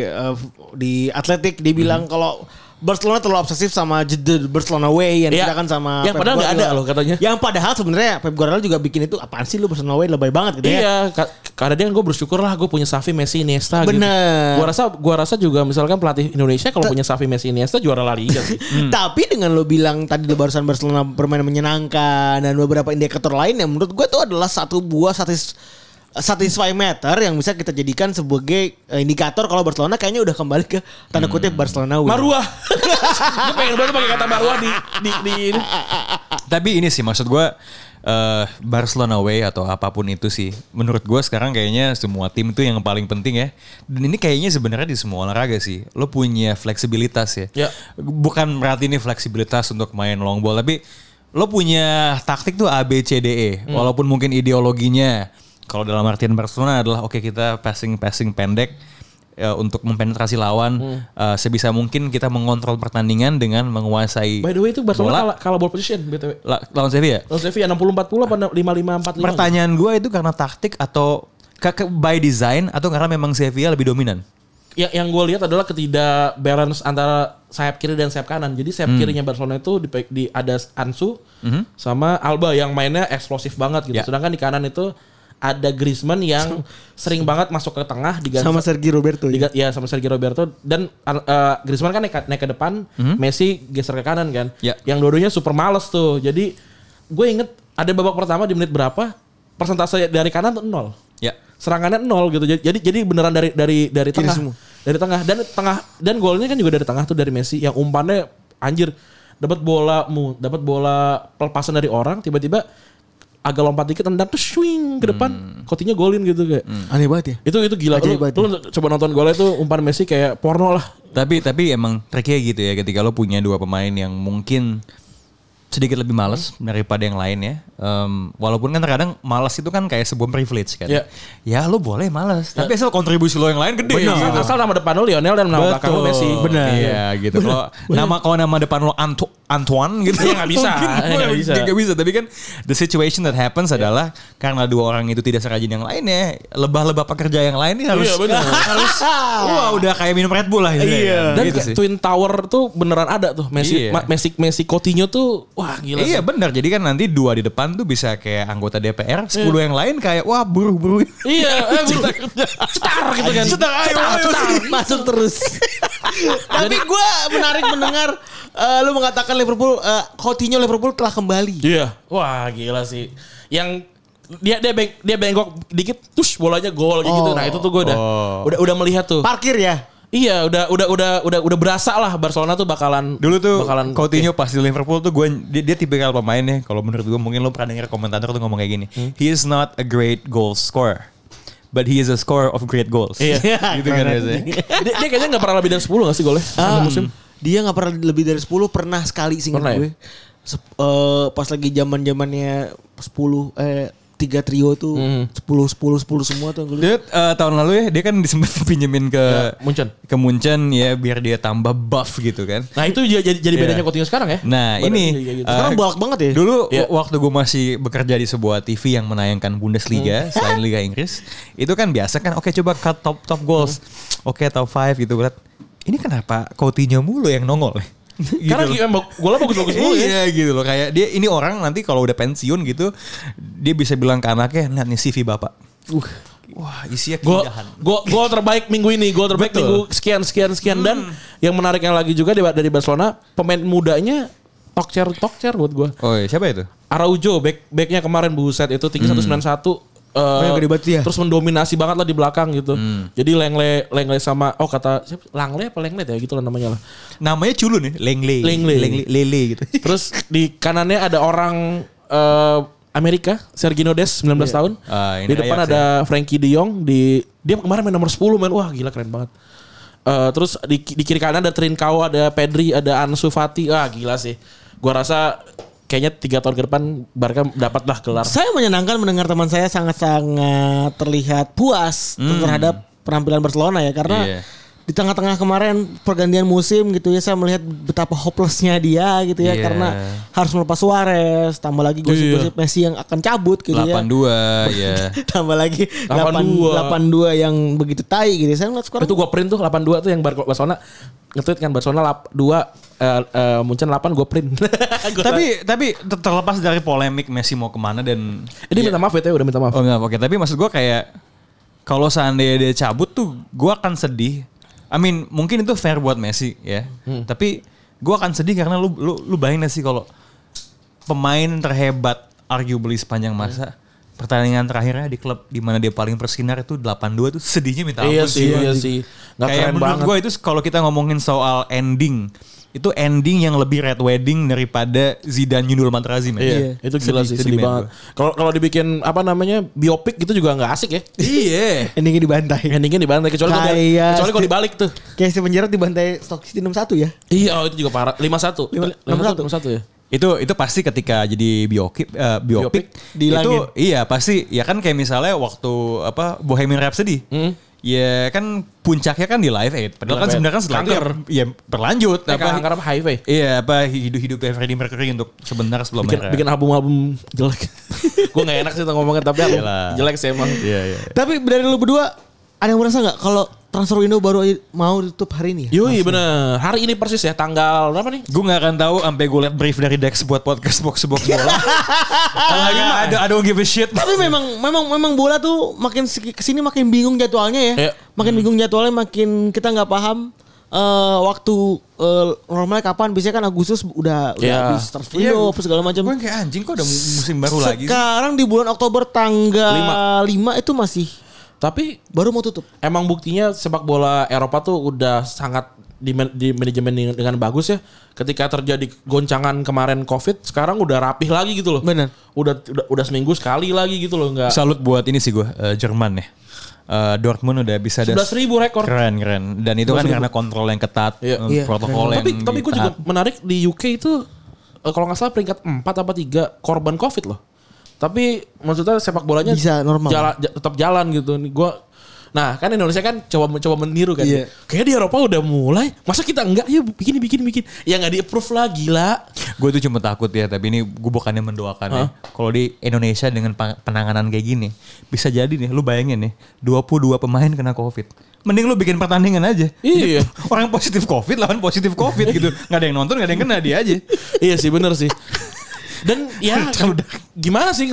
di Athletic. Dia bilang kalau Barcelona terlalu obsesif sama the Barcelona way yang Iya. dikatakan sama Yang Pep padahal nggak ada Guardiola. loh katanya. Yang padahal sebenarnya Pep Guardiola juga bikin itu apaan sih lu Barcelona way lebay banget gitu ya. Iya, karena dia kan gue bersyukur lah gue punya Xavi, Messi, Iniesta gitu. Bener. Gua rasa juga misalkan pelatih Indonesia kalau punya Xavi, Messi, Iniesta juara La Liga sih. Tapi dengan lo bilang tadi lo barusan Barcelona bermain menyenangkan dan beberapa indikator lain yang menurut gue itu adalah satu buah satisfy meter yang bisa kita jadikan sebagai indikator kalau Barcelona kayaknya udah kembali ke tanda kutip Barcelona win. Maruah. Gue pengen banget pakai kata Maruah di ini. Tapi ini sih maksud gue Barcelona way atau apapun itu sih. Menurut gue sekarang kayaknya semua tim itu yang paling penting ya. Dan ini kayaknya sebenarnya di semua olahraga sih. Lo punya fleksibilitas ya. Ya. Bukan berarti ini fleksibilitas untuk main long ball. Tapi lo punya taktik tuh A, B, C, D, E. Walaupun mungkin ideologinya. Kalau dalam artian Barcelona adalah oke kita passing pendek. Untuk mempenetrasi lawan sebisa mungkin kita mengontrol pertandingan dengan menguasai By the way itu Barcelona kalah ball position BTW. Lawan Sevilla. Lawan Sevilla 60-40 apa 55-45. Pertanyaan gue itu karena taktik atau by design atau karena memang Sevilla lebih dominan? Yang gue lihat adalah ketidak balance antara sayap kiri dan sayap kanan. Jadi sayap kirinya Barcelona itu di ada Ansu sama Alba yang mainnya eksplosif banget gitu. Ya. Sedangkan di kanan itu ada Griezmann yang sering banget masuk ke tengah Sama Sergio Roberto. ya sama Sergio Roberto dan Griezmann kan naik ke depan, Messi geser ke kanan kan. Ya. Yang dua-duanya super males tuh. Jadi gue inget ada babak pertama di menit berapa persentase dari kanan tuh 0. Ya. Serangannya 0 gitu. Jadi beneran dari tengah. semua. Dari tengah dan golnya kan juga dari tengah tuh dari Messi yang umpannya anjir dapat bola pelepasan dari orang tiba-tiba agak lompat dikit tendang tuh swing ke depan Coutinho golin gitu kayak. Aneh banget ya. Itu gila. Lu coba nonton golnya tuh umpan Messi kayak porno lah. Tapi emang tricky gitu ya ketika lo punya dua pemain yang mungkin sedikit lebih malas daripada yang lain ya. Walaupun kan terkadang malas itu kan kayak sebuah privilege kan. Ya. Ya lo boleh malas, tapi asal kontribusi lo yang lain gede. Bener. Gitu. Asal nama depan lu Lionel dan nama belakang lu Messi. Bener. Iya gitu. Kalau nama depan lo Antoine gitu. Iya, nggak bisa. Nggak bisa. Tapi kan the situation that happens adalah karena dua orang itu tidak serajin yang lainnya, lebah-lebah pekerja yang lain ini harus Iya, bener. wah udah kayak minum Red Bull lah. Iya. Dan Gitu sih. Twin Tower tuh beneran ada tuh. Messi Iya. Messi Coutinho tuh wah gila Iya sih. benar. Jadi kan nanti dua di depan tuh bisa kayak anggota DPR, 10 yang lain kayak wah buruh-buruh. Iya, cetar gitu kan. Cetar, ayo. Masuk terus. Tapi gue menarik mendengar lu mengatakan Coutinho Liverpool telah kembali. Iya. Wah, gila sih. Yang dia bengkok dikit, terus bolanya gol gitu. Nah, itu tuh gue udah melihat tuh. Parkir ya. Iya, udah berasa lah Barcelona tuh bakalan Dulu tuh bakalan Coutinho pas di Liverpool tuh dia tipikal pemainnya. Kalau menurut gue mungkin lo pernah denger komentator tuh ngomong kayak gini. He is not a great goal scorer, but he is a scorer of great goals. Iya. Gitu kan biasanya. dia kayaknya gak pernah lebih dari 10 gak sih golnya? Satu musim. Dia gak pernah lebih dari 10. Pernah sekali sih Pernah gue. Pas lagi zaman-zamannya 3 trio tuh 10 semua tuh. Dia tahun lalu ya dia kan disempet pinjemin ke Munchen ya biar dia tambah buff gitu kan. Nah itu jadi bedanya Coutinho sekarang ya. Nah ini sekarang balak banget ya. Dulu waktu gue masih bekerja di sebuah TV yang menayangkan Bundesliga selain Liga Inggris, itu kan biasa kan oke coba cut top goals, oke top 5 gitu berat. ini kenapa Coutinho mulu yang nongol? Gitu karena golnya bagus-bagus mulu ya. Iya gitu loh, kayak dia ini orang nanti kalau udah pensiun gitu dia bisa bilang ke anaknya, lihat nih CV bapak. Wah, isinya keindahan. Gol terbaik minggu ini, gol terbaik minggu sekian. Dan yang menariknya lagi juga dari Barcelona, pemain mudanya Tokcer buat gue. Oh iya, siapa itu? Araujo, backnya kemarin buset itu tinggi 191. Yang gede banget ya. Terus mendominasi banget lah di belakang gitu. Jadi Lengle sama kata siapa? Langle apa Lenglet ya gitu lah namanya lah. Namanya culun ya, Lele gitu. Terus di kanannya ada orang Amerika, Sergio Des 19 tahun. Di depan ada Frankie De Jong dia kemarin main nomor 10 men. Wah, gila keren banget. Terus di kiri kanan ada Trincao, ada Pedri, ada Ansu Fati. Gila sih. Gua rasa kayaknya 3 tahun ke depan Barca dapatlah gelar. Saya menyenangkan mendengar teman saya sangat-sangat terlihat puas terhadap penampilan Barcelona ya, karena di tengah-tengah kemarin pergantian musim gitu ya, saya melihat betapa hopelessnya dia gitu ya, karena harus melepas Suarez, tambah lagi gosip-gosip Messi yang akan cabut gitu 82, ya. Tambah lagi 82 yang begitu tai gitu. Saya ngeliat sekarang itu gue print tuh 82 tuh yang Barcelona nge-tweet kan, Barcelona 2 Munchen 8 gue print. tapi terlepas dari polemik Messi mau kemana dan ini minta maaf ya, udah minta maaf. Oh enggak, oke, tapi maksud gue kayak kalau seandainya dia cabut tuh gue akan sedih. I mean, mungkin itu fair buat Messi ya. Tapi gue akan sedih karena lu bayangin sih kalau pemain terhebat arguably sepanjang masa pertandingan terakhirnya di klub di mana dia paling bersinar itu 82 tuh sedihnya minta ampun sih. Iya sih. Nggak kayak menurut gue itu kalau kita ngomongin soal ending, itu ending yang lebih red wedding daripada Zidane nyundul Materazzi. Iya, itu gila sih, sedih banget. Kalau dibikin apa namanya biopik gitu juga nggak asik ya. Iya. Endingnya dibantai kecuali kalau dibalik tuh. Kayak Steven Gerrard dibantai Stoke City 6-1 ya. Iya, itu juga parah. 5-1 ya. Itu pasti ketika jadi biopik di itu langit. Iya pasti ya kan, kayak misalnya waktu Bohemian Rhapsody. Ya kan puncaknya kan di Live Aid. Padahal kan sebenarnya kan setelah itu ya berlanjut. Kanker apa HIV? Iya, hidup Freddie Mercury untuk sebentar sebelum bikin album jelek. Gue gak enak sih ngomongnya, tapi jelek sih emang. Iya. Tapi dari lu berdua ada yang merasa gak kalau transfer window baru mau ditutup hari ini? Yoi bener. Hari ini persis ya, tanggal berapa nih? Gue gak akan tahu sampai gue liat brief dari Dex buat podcast box bola. I don't give a shit. Tapi memang bola tuh makin kesini makin bingung jadwalnya ya. Iya. Makin bingung jadwalnya, makin kita nggak paham waktu normalnya kapan. Biasanya kan Agustus udah habis transfer window apa segala macam. Gue kayak anjing kok udah musim baru lagi. Sekarang di bulan Oktober tanggal 5 itu masih. Tapi baru mau tutup. Emang buktinya sepak bola Eropa tuh udah sangat di manajemen dengan bagus ya. Ketika terjadi goncangan kemarin Covid, sekarang udah rapih lagi gitu loh. Benar. Udah seminggu sekali lagi gitu loh, enggak. Salut buat ini sih gue, Jerman ya. Dortmund udah bisa 11.000 rekor. Keren. Dan itu kan karena kontrol yang ketat, protokol yang Tapi gue juga menarik di UK itu kalau nggak salah peringkat 4 apa 3 korban Covid loh. Tapi maksudnya sepak bolanya bisa normal, tetap jalan gitu. Nah kan Indonesia kan coba meniru kan. Yeah. Kayak di Eropa udah mulai, masa kita enggak? Ya bikin. Ya nggak di-approve lah, gila. Gue tuh cuma takut ya, tapi ini gue bukannya mendoakan ya. Kalau di Indonesia dengan penanganan kayak gini, bisa jadi nih, lu bayangin nih, 22 pemain kena Covid. Mending lu bikin pertandingan aja. Iya. Orang positif Covid lawan positif Covid gitu. Gak ada yang nonton, gak ada yang kena, dia aja. Iya sih, bener sih. Dan ya gimana sih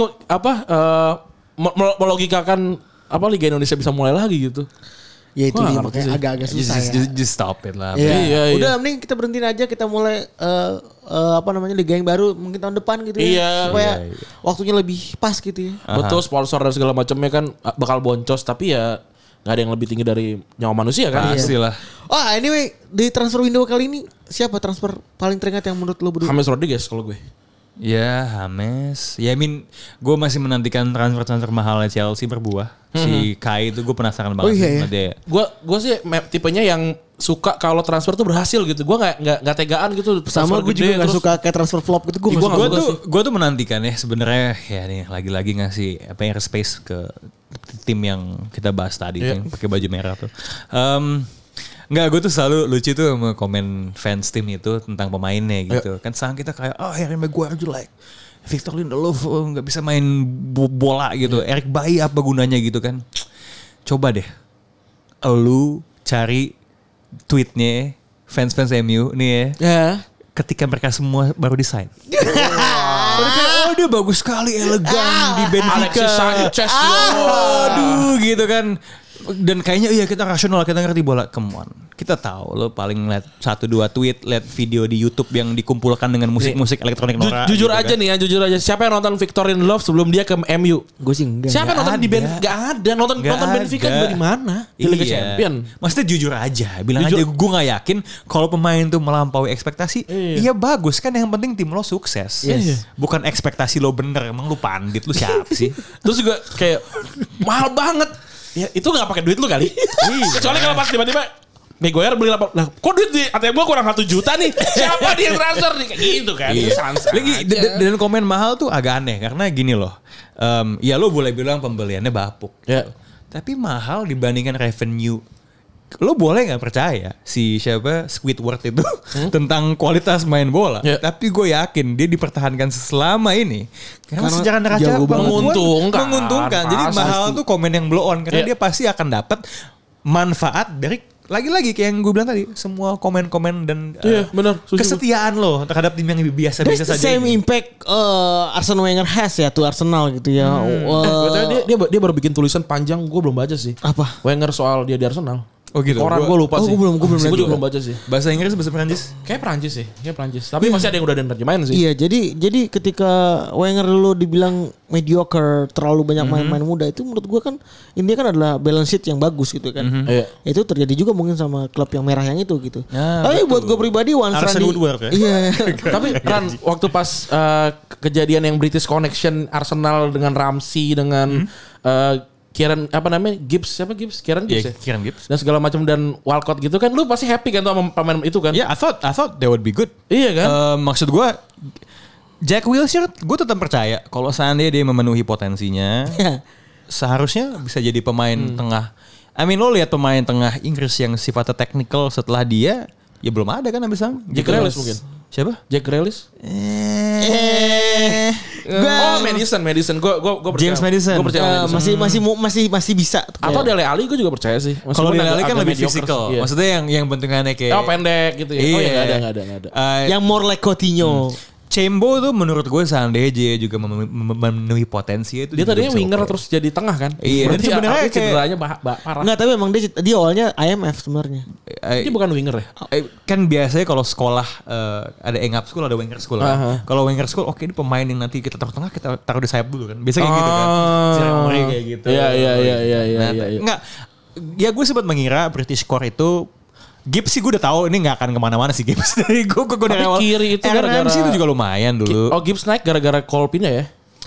melogikakan Liga Indonesia bisa mulai lagi gitu. Ya itu dia makanya agak-agak susah just stop it lah. Iya. Udah mending kita berhentiin aja, kita mulai liga yang baru mungkin tahun depan gitu ya. Supaya waktunya lebih pas gitu ya. Betul, sponsor dan segala macamnya kan bakal boncos, tapi ya gak ada yang lebih tinggi dari nyawa manusia kan. Pastilah. Oh anyway, di transfer window kali ini siapa transfer paling teringat yang menurut lo berdua? James Rodriguez kalau gue. Ya James. Ya gue masih menantikan transfer mahalnya Chelsea berbuah. Si Kai itu gue penasaran banget. Gue sih tipenya yang suka kalau transfer tuh berhasil gitu. Gue nggak tegaan gitu. Sama gue juga nggak suka kayak transfer flop gitu. Gue tuh menantikan ya sebenarnya ya nih lagi-lagi ngasih airspace ke tim yang kita bahas tadi yang pakai baju merah tuh. Enggak, gue tuh selalu lucu tuh sama komen fans tim itu tentang pemainnya gitu. Kan sekarang kita kayak Harry Maguire jelek, Victor Lindelof nggak bisa main bola gitu, Eric Bailly apa gunanya gitu kan. Coba deh lu cari tweetnya fans-fans MU nih ya. Ya. Ketika mereka semua baru desain. Mereka, dia bagus sekali, elegan di Benfica. Alexis Sanchez. Aduh gitu kan. Dan kayaknya iya kita rasional, kita ngerti bola. Come on. Kita tahu lo paling lihat 1-2 tweet, lihat video di YouTube yang dikumpulkan dengan musik-musik elektronik Nora. Jujur gitu aja kan. nih ya, jujur aja. Siapa yang nonton Victor in Love sebelum dia ke MU? Gue sih enggak. Siapa yang nonton di Benfica? Gak ada. Nonton Benfica dari mana? Di Liga Champion. Maksudnya jujur aja. Bilang aja gue gak yakin kalau pemain tuh melampaui ekspektasi. Iya bagus kan, yang penting tim lo sukses. Yes. Bukan ekspektasi lo bener. Emang lo pandit, lo siapa sih? Terus juga kayak mahal banget. Ya itu gak pakai duit lu kali. Kecuali kalau pas tiba-tiba Maguire beli 8. Lah kok duit di ATM gua kurang 1 juta nih. Siapa dia yang transfer nih? Kayak gitu kan. Lagi dan komen mahal tuh agak aneh. Karena gini loh. Ya lo boleh bilang pembeliannya bapuk. Ya. Tapi mahal dibandingkan revenue. Lo boleh gak percaya si siapa Squidward itu tentang kualitas main bola. Ya. Tapi gue yakin dia dipertahankan selama ini. Karena secara neraca menguntungkan. Jadi mahal tuh komen yang blow on. Karena dia pasti akan dapat manfaat dari lagi-lagi kayak yang gue bilang tadi. Semua komen-komen dan benar, kesetiaan lo terhadap tim yang biasa-biasa saja. Same impact Arsene Wenger has ya tuh Arsenal gitu ya. Dia baru bikin tulisan panjang, gue belum baca sih. Apa? Wenger soal dia di Arsenal. Oh gitu. Koran gue lupa sih. Gue belum Gue belum baca sih. Bahasa Inggris, bahasa Perancis? Kayak Perancis sih. Tapi masih ada yang udah nerjemahin sih. Iya, jadi ketika Wenger dulu dibilang mediocre, terlalu banyak main-main muda, itu menurut gue kan ini kan adalah balance sheet yang bagus gitu kan. Iya. Itu terjadi juga mungkin sama klub yang merah yang itu gitu. Tapi buat gue pribadi Arsene Woodward ya. Iya. Tapi kan waktu pas kejadian yang British Connection Arsenal dengan Ramsey dengan Kieran Kieran Gibbs ya? Kieran Gibbs. Dan segala macam dan Walcott gitu kan, lu pasti happy kan tuh sama pemain itu kan? Yeah, I thought they would be good. Iya kan? Maksud gue Jack Wilshere, gue tetap percaya kalau seandainya dia memenuhi potensinya, seharusnya bisa jadi pemain tengah. I mean lo lihat pemain tengah Inggris yang sifatnya technical setelah dia, ya belum ada kan sampai sekarang. Jack Grealish mungkin. Siapa? Jack Grealish? Madison. Gue percaya. James Madison. Gue percaya masih bisa. Atau Dele Alli gue juga percaya sih. Kalau Dele Alli kan lebih physical. Iya. Maksudnya yang bentukannya kayak pendek gitu ya. Iya. Oh ya enggak ada. Yang more like Coutinho. Chambo tuh menurut gue seandainya dia juga memenuhi potensi itu. Dia tadinya winger terus jadi tengah kan? Iya. Dan sebenarnya cederanya parah. Enggak, tapi emang dia awalnya IMF sebenarnya. Dia bukan winger ya? Kan biasanya kalau sekolah ada engap school, ada winger school. Kan? Kalau winger school, oke ini pemain yang nanti kita taruh tengah, kita taruh di sayap dulu kan. Biasanya kayak gitu kan. Ceremony kayak gitu. Iya. Enggak. Ya gue sempat mengira British Core itu Gibbs sih gue udah tahu ini nggak akan kemana-mana sih Gibbs dari gue dari awal. Kiri itu gara-gara RMC itu juga lumayan dulu. Oh Gibbs naik gara-gara Cole pindah ya?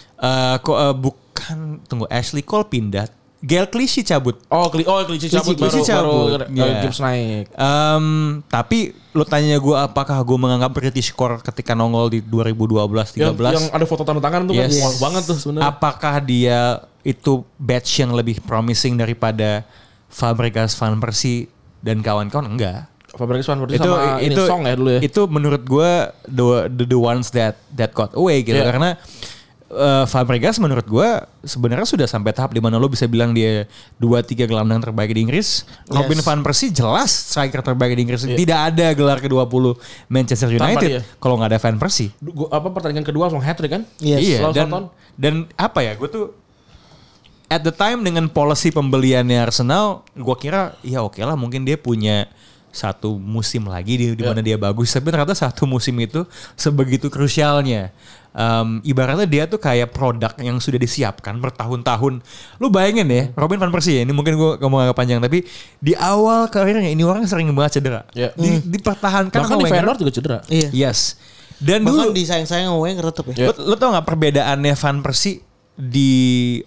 Bukan, tunggu, Ashley Cole pindah. Gail Clichy cabut. Clichy cabut baru Gibbs naik. Tapi lu tanya gue apakah gue menganggap British Core ketika nongol di 2012-13 yang ada foto tanda tangan tuh kan wah banget tuh sebenarnya. Apakah dia itu batch yang lebih promising daripada Fabregas, Van Persie dan kawan-kawan? Enggak. Fabregas, Van Persie sama ini Song ya dulu ya. Itu menurut gue the ones that got away gitu. Karena Fabregas menurut gue sebenarnya sudah sampai tahap di mana lo bisa bilang dia 2-3 gelandang terbaik di Inggris. Robin Van Persie jelas striker terbaik di Inggris. Tidak ada gelar ke-20 Manchester United kalau nggak ada Van Persie. Pertandingan kedua langsung hat-trick kan? Iya. Dan apa ya, gue tuh at the time dengan policy pembeliannya Arsenal, gue kira ya oke lah mungkin dia punya satu musim lagi di mana dia bagus. Tapi ternyata satu musim itu sebegitu krusialnya. Ibaratnya dia tuh kayak produk yang sudah disiapkan bertahun-tahun. Lu bayangin ya, Robin Van Persie ya, ini mungkin gue ngomong agak panjang, tapi di awal karirnya ini orang sering banget cedera. Dipertahankan bahkan di Feyenoord juga cedera. Iya. Yes. Dan bahkan dulu disayang-sayang sama Wenger tetep ya. Lu tau gak perbedaannya Van Persie di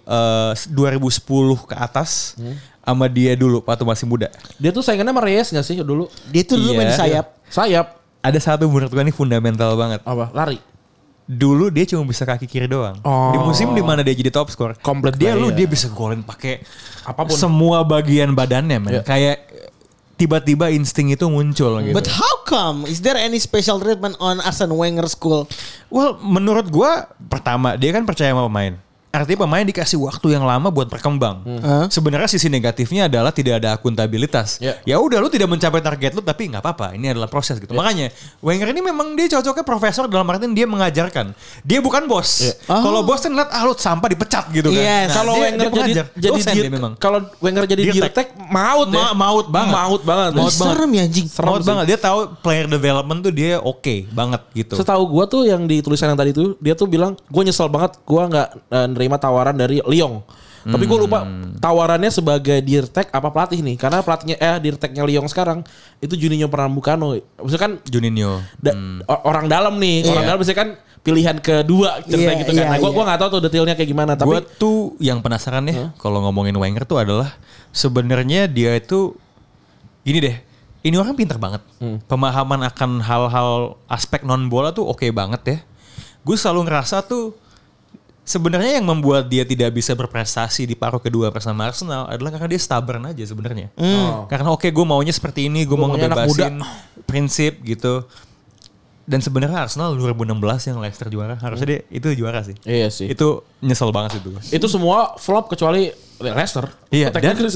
2010 ke atas sama dia dulu waktu masih muda? Dia tuh saingannya sama Reyes gak sih dulu? Dia tuh dulu main di sayap. Ada satu menurut gue ini fundamental banget. Apa? Lari. Dulu dia cuma bisa kaki kiri doang. Di musim di mana dia jadi top scorer, komplit dia bisa golin pakai apapun, semua bagian badannya, man. Kayak tiba-tiba insting itu muncul gitu. But how come? Is there any special treatment on Arsene Wenger school? Well, menurut gue pertama dia kan percaya sama pemain. Artinya pemain dikasih waktu yang lama buat berkembang. Sebenarnya sisi negatifnya adalah tidak ada akuntabilitas. Ya udah lu tidak mencapai target lu tapi nggak apa-apa. Ini adalah proses gitu. Makanya Wenger ini memang dia cocoknya profesor dalam artian dia mengajarkan. Dia bukan bos. Kalau bos kan lihat lu sampah dipecat gitu kan. Yes. Kalau Wenger jadi kalau Wenger jadi dirtek maut banget. Serem ya anjing. Maut banget. Dia tahu player development tuh dia oke banget gitu. Setahu gue tuh yang di tulisan yang tadi tuh dia tuh bilang gue nyesel banget gue nggak nerima tawaran dari Lyon. Tapi gue lupa tawarannya sebagai dirtek apa pelatih nih. Karena pelatihnya dirteknya Lyon sekarang itu Juninho Pernambucano. Maksudnya kan Juninho orang dalam nih. Orang dalam biasanya kan pilihan kedua cerita gitu kan. Nah gue gak tahu tuh detailnya kayak gimana. Tapi gue tuh yang penasaran ya kalau ngomongin Wenger tuh adalah sebenarnya dia itu gini deh. Ini orang pintar banget. Pemahaman akan hal-hal aspek non bola tuh oke banget ya. Gue selalu ngerasa tuh sebenarnya yang membuat dia tidak bisa berprestasi di paruh kedua bersama Arsenal adalah karena dia stubborn aja sebenarnya. Karena gue maunya seperti ini, gue mau ngebebasin prinsip gitu. Dan sebenarnya Arsenal 2016 yang Leicester juara, harusnya dia itu juara sih. Iya sih. Itu nyesel banget itu. Itu semua flop kecuali Leicester. Iya.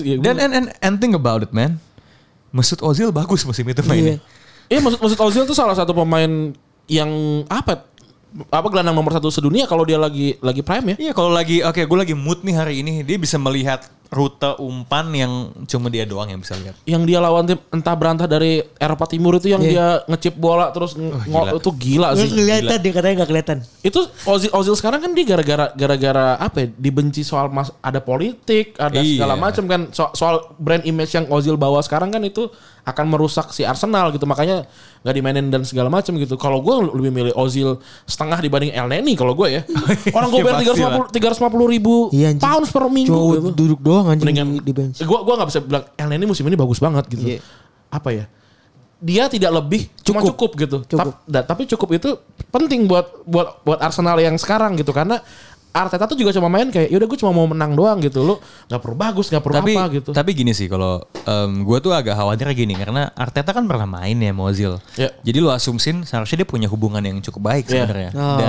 Dan think about it man. Mesut Ozil bagus musim itu mainnya. Iya Mesut Ozil tuh salah satu pemain yang gelandang nomor 1 sedunia kalau dia lagi prime ya. Iya kalau lagi gue lagi mood nih hari ini dia bisa melihat rute umpan yang cuma dia doang yang bisa lihat. Yang dia lawan tim entah berantah dari Eropa Timur itu yang dia ngecip bola terus itu gila sih. Kelihatan dia katanya nggak kelihatan. Itu Ozil sekarang kan dia gara-gara apa ya? Dibenci soal ada politik, ada segala macam kan soal brand image yang Ozil bawa sekarang kan itu akan merusak si Arsenal gitu. Makanya nggak dimainin dan segala macam gitu. Kalau gue lebih milih Ozil setengah dibanding El Neni kalau gue ya. Orang gue bayar 350 ribu pounds per minggu gitu. Duduk doang anjing di bench. Gue nggak bisa bilang El Neni musim ini bagus banget gitu. Apa ya? Dia tidak lebih, cuma cukup gitu. Tapi cukup itu penting buat Arsenal yang sekarang gitu karena Arteta tuh juga cuma main kayak yaudah gue cuma mau menang doang gitu. Lu gak perlu bagus, gak perlu apa gitu. Tapi gini sih kalau gue tuh agak khawatir gini karena Arteta kan pernah main ya sama Ozil. Jadi lu asumsin seharusnya dia punya hubungan yang cukup baik sebenarnya. Dan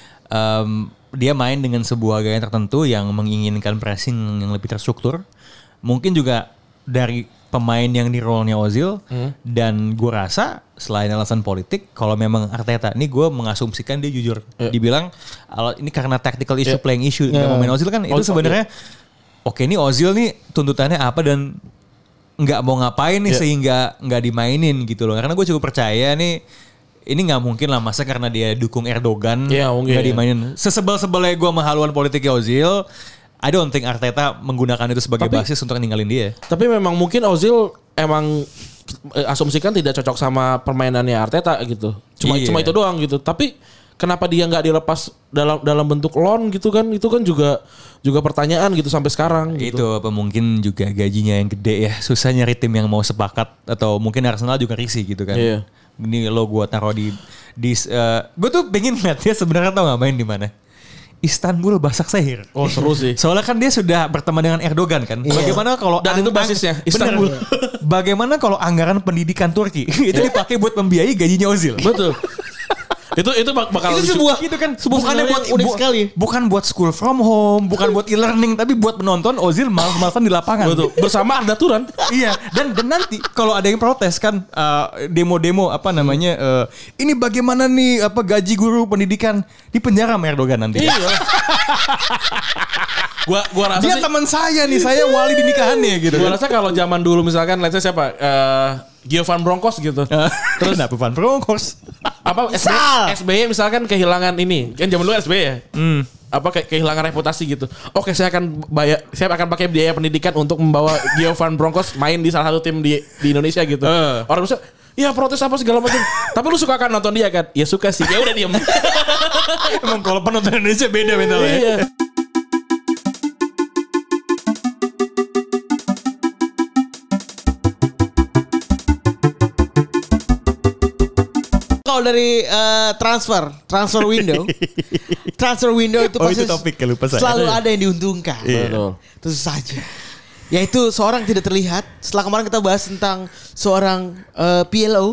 dia main dengan sebuah gaya tertentu yang menginginkan pressing yang lebih terstruktur. Mungkin juga dari pemain yang di role-nya Ozil dan gue rasa selain alasan politik kalau memang Arteta ini gue mengasumsikan dia jujur dibilang ini karena tactical issue playing issue nggak mau main Ozil kan itu sebenarnya oke ini Ozil nih tuntutannya apa dan nggak mau ngapain nih sehingga nggak dimainin gitu loh karena gue cukup percaya nih ini nggak mungkin lah masa karena dia dukung Erdogan nggak dimainin sesebel-sebelnya gue sama haluan politiknya Ozil I don't think Arteta menggunakan itu sebagai basis untuk ninggalin dia. Tapi memang mungkin Ozil emang asumsikan tidak cocok sama permainannya Arteta gitu. Cuma itu doang gitu. Tapi kenapa dia nggak dilepas dalam bentuk loan gitu kan? Itu kan juga pertanyaan gitu sampai sekarang. Gitu. Itu apa mungkin juga gajinya yang gede ya. Susah nyari tim yang mau sepakat atau mungkin Arsenal juga risih gitu kan. Ini lo gue taruh di gue tuh pengen lihat dia sebenarnya tau nggak main di mana. Istanbul Başakşehir. Oh seru sih. Soalnya kan dia sudah berteman dengan Erdogan kan. Bagaimana kalau dan itu basisnya Istanbul. Bagaimana kalau anggaran pendidikan Turki itu dipakai buat membiayai gajinya Ozil? Betul. itu bakal itu sebuah itu kan bukannya buat unik sekali. Bukan buat school from home, bukan buat e-learning tapi buat menonton Ozil malas-malasan di lapangan. Betul. Bersama Arda Turan. Iya, dan nanti kalau ada yang protes kan demo-demo apa namanya ini bagaimana nih gaji guru pendidikan di penjara sama Erdogan nanti. Iya. Gua rasa dia teman saya nih, saya wali di nikahannya gitu. Gua rasa kalau zaman dulu misalkan let's say siapa? Giovan Broncos gitu. Terus kenapa Van Broncos? Apa SBY misalkan kehilangan ini. Kan zaman dulu SBY ya. Kehilangan reputasi gitu. Oke, saya akan pakai biaya pendidikan untuk membawa Giovan Broncos main di salah satu tim di Indonesia gitu. Orang bisa ya protes apa segala macam. Tapi lu suka kan nonton dia kan? Ya suka sih. Ya udah diam. Emang kalau penonton Indonesia beda mentalnya. Iya. Kalau dari transfer window itu pasti topik, lupa saya. Selalu ada yang diuntungkan. Betul. Tentu saja. Yaitu seorang tidak terlihat. Setelah kemarin kita bahas tentang seorang PLO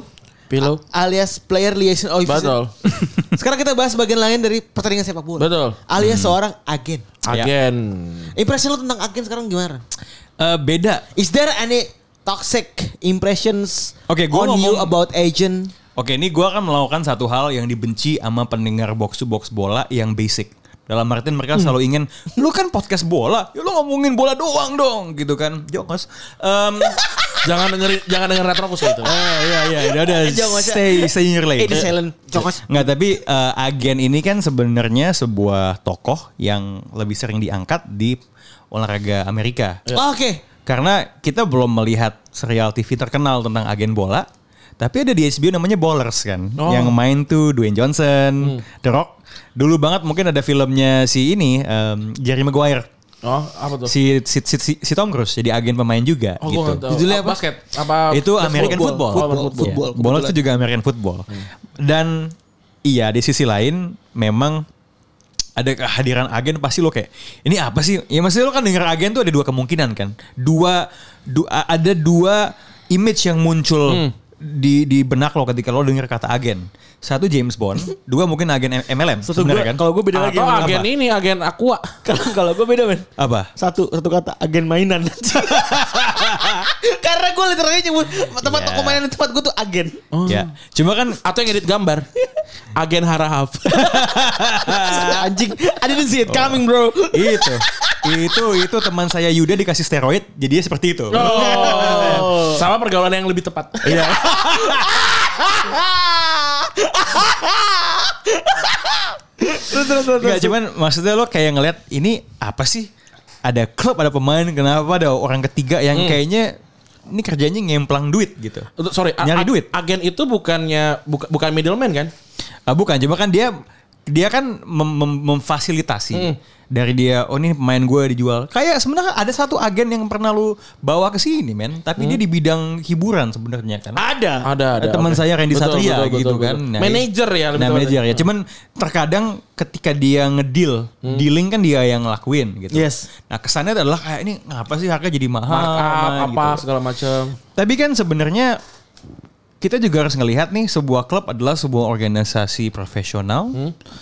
Pillow. Alias player liaison officer. Betul. Sekarang kita bahas bagian lain dari pertandingan sepak bola. Betul. Alias seorang agen. Agen. Impression lo tentang agen sekarang gimana? Beda. Is there any toxic impressions Oke, gua on you ngomong- about agent? Oke, ini gue akan melakukan satu hal yang dibenci sama pendengar box to box bola yang basic. Dalam artian mereka selalu ingin, lu kan podcast bola, ya lu ngomongin bola doang dong, gitu kan. Jokos. Jangan denger Retropus gitu. Iya, udah Jangan stay in your lane. Itu silent. Jokos. Nggak, tapi agen ini kan sebenarnya sebuah tokoh yang lebih sering diangkat di olahraga Amerika. Oke. Karena kita belum melihat serial TV terkenal tentang agen bola. Tapi ada di HBO namanya Ballers kan. Yang main tuh Dwayne Johnson, The Rock. Dulu banget mungkin ada filmnya si ini, Jerry Maguire. Oh, apa tuh? Si Tom Cruise jadi agen pemain juga Oh, gitu. gua nggak tahu. Judulnya apa? Basket. Apa? Itu American Football. Football. Iya. Ballers itu juga American Football. Dan iya di sisi lain memang ada kehadiran agen pasti lo kayak ini apa sih? Ya maksudnya lo kan denger agen tuh ada dua kemungkinan kan. Ada dua image yang muncul di benak lo ketika lo denger kata agen. Satu James Bond, dua mungkin agen MLM sebenarnya kan. Kalau gue beda lagi. Atau Apa? agen ini, agen Aqua. Kalau gue beda men. Apa? Satu kata agen mainan. Karena gue literally nyebut tempat toko mainan di tempat gue tuh agen. Ya. Cuma kan Atau yang edit gambar. Agen Harahap. Anjing, I didn't see it coming bro. itu teman saya Yuda dikasih steroid jadinya seperti itu. Oh. Sama pergaulan yang lebih tepat. Iya. Terus. Enggak, cuman maksudnya lo kayak ngeliat ini apa sih? Ada klub, ada pemain, kenapa ada orang ketiga yang kayaknya ini kerjanya ngemplang duit gitu. Sorry, Nyari duit. Agen itu bukan middleman kan? Bukan, cuma kan dia kan memfasilitasi dari dia. Oh ini pemain gue dijual. Kayak sebenarnya ada satu agen yang pernah lu bawa ke sini men, tapi dia di bidang hiburan sebenarnya kan. Ada. Teman saya Randy Betul, Satria betul, gitu betul, kan. betul. Manager ya lebih tepatnya. Manager ya. Cuman terkadang ketika dia dealing kan dia yang ngelakuin gitu. Yes. Nah kesannya adalah kayak ini ngapa sih harga jadi mahal Markup apa gitu. segala macam. Tapi kan sebenarnya kita juga harus ngelihat nih sebuah klub adalah sebuah organisasi profesional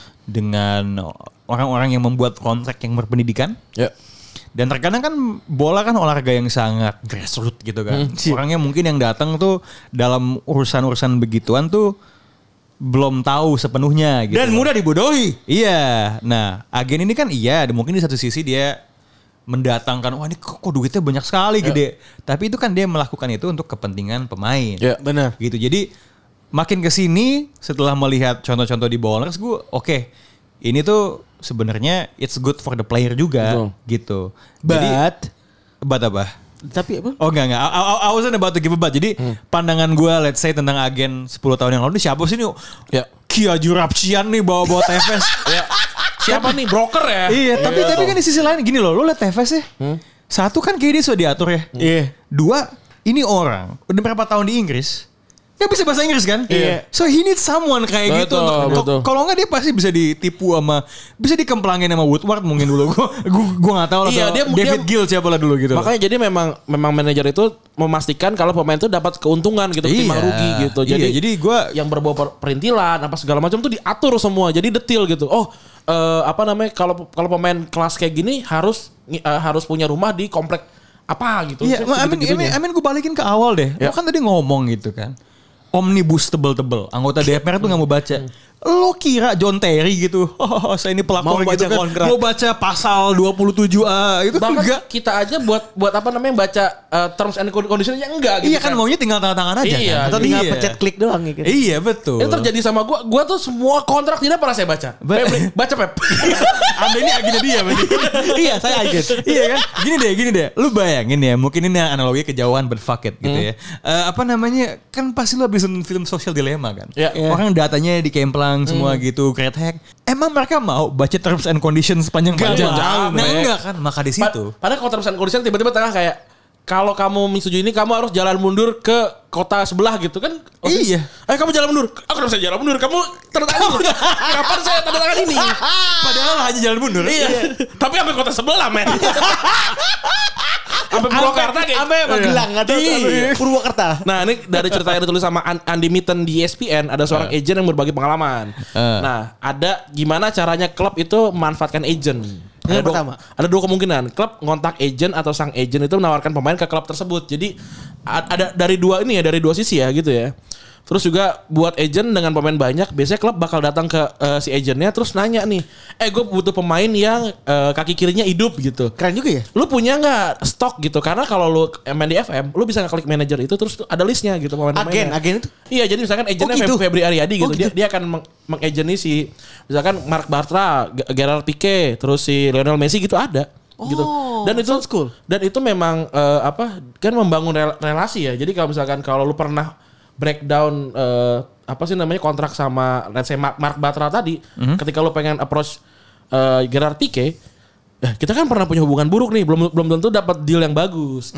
dengan orang-orang yang membuat kontrak yang berpendidikan. Ya. Dan terkadang kan bola kan olahraga yang sangat grassroots gitu kan. Orangnya mungkin yang datang tuh dalam urusan-urusan begituan tuh belum tahu sepenuhnya gitu. Dan mudah dibodohi. Iya. Nah, agen ini kan iya, mungkin di satu sisi dia mendatangkan wah ini kok duitnya banyak sekali gede. Tapi itu kan dia melakukan itu untuk kepentingan pemain. Ya, benar. Gitu. Jadi makin ke sini setelah melihat contoh-contoh di Ballers gue oke, ini tuh sebenarnya it's good for the player juga. Betul. Gitu. But apa? tapi apa? Oh enggak. I wasn't about to give a but. Jadi pandangan gue let's say tentang agen 10 tahun yang lalu ini siapa sih nih? Ya. Kia Jurapsian nih bawa-bawa TVS. Ya. Siapa nih broker ya? Iya, tapi kan di sisi lain gini loh, lo liat TVS ya. Satu kan kayak dia sudah diatur ya. Iya. Dua, ini orang udah berapa tahun di Inggris. Dia bisa bahasa Inggris kan? Iya. So he needs someone kayak gitu. Betul. Kalau enggak dia pasti bisa ditipu bisa dikemplangin sama Woodward mungkin dulu. Gue gak tahu lah. Iya, David Gill siapa lah dulu gitu. Makanya jadi memang manajer itu memastikan kalau pemain itu dapat keuntungan gitu ketimbang rugi gitu. Jadi gue yang berbau perintilan apa segala macam tuh diatur semua. Jadi detail gitu. Oh, kalau pemain kelas kayak gini harus punya rumah di komplek apa gitu. iya, Amin gue balikin ke awal deh. Lo kan tadi ngomong gitu kan. Omnibus tebel-tebel. Anggota DPR tuh gak mau baca. Lo kira John Terry gitu. Oh, saya ini pelakor Mau gitu baca kan. kontrak. Mau baca pasal 27A itu Bahkan enggak. kita aja buat baca terms and conditions yang enggak gitu. Iya kan maunya tinggal tanda tangan aja Iya, kan. Atau tinggal Iya. pencet klik doang gitu. Iya betul. Itu terjadi sama gue tuh semua kontrak tidak pernah saya baca. Baca Pep. Anda ini agennya dia berarti. Iya, saya agen. Iya kan? Gini deh. Lu bayangin ya, mungkin ini analogi kejauhan but fuck it gitu ya. Kan pasti lu habis nonton film Social Dilemma kan. Iya. Orang datanya dikemplang semua gitu, create hack. Emang mereka mau baca terms and conditions panjang-panjang? Nggak, Nah, Mek. enggak kan? Maka di situ. Padahal kalau terms and conditions tiba-tiba tengah kayak kalau kamu menyetujui ini kamu harus jalan mundur ke kota sebelah gitu kan. Iya. Kamu jalan mundur. Aku nggak bisa jalan mundur. Kamu tanda tangan dulu. Kapan saya tanda tangan ini? Padahal hanya jalan mundur. Iya. Tapi sampai kota sebelah men. Sampai Purwakarta kayak. Sampai Magelang atau Purwakarta. Nah ini dari cerita yang ditulis sama Andy Mitten di ESPN, ada seorang agent yang berbagi pengalaman. Nah ada gimana caranya klub itu memanfaatkan agent. Yang pertama, ada dua kemungkinan. Klub ngontak agent atau sang agent itu menawarkan pemain ke klub tersebut. Jadi ada dari dua sisi ya gitu ya. Terus juga buat agent dengan pemain banyak, biasanya klub bakal datang ke si agentnya terus nanya nih, gue butuh pemain yang kaki kirinya hidup gitu. Keren juga ya. Lu punya nggak stok gitu? Karena kalau lu main di FM, lu bisa ngeklik manajer itu terus ada listnya gitu pemain-pemainnya. Agen itu? Iya, jadi misalkan agentnya gitu? Febri Aryadi gitu, Oh, gitu. dia akan mengageni si misalkan Mark Bartra, Gerard Pique, terus si Lionel Messi gitu ada. Gitu. Dan itu sounds cool. Dan itu memang kan membangun relasi ya. Jadi kalau misalkan kalau lu pernah breakdown kontrak sama let's say Mark Bartra tadi, ketika lu pengen approach Gerard Pique, kita kan pernah punya hubungan buruk nih, belum tentu dapat deal yang bagus.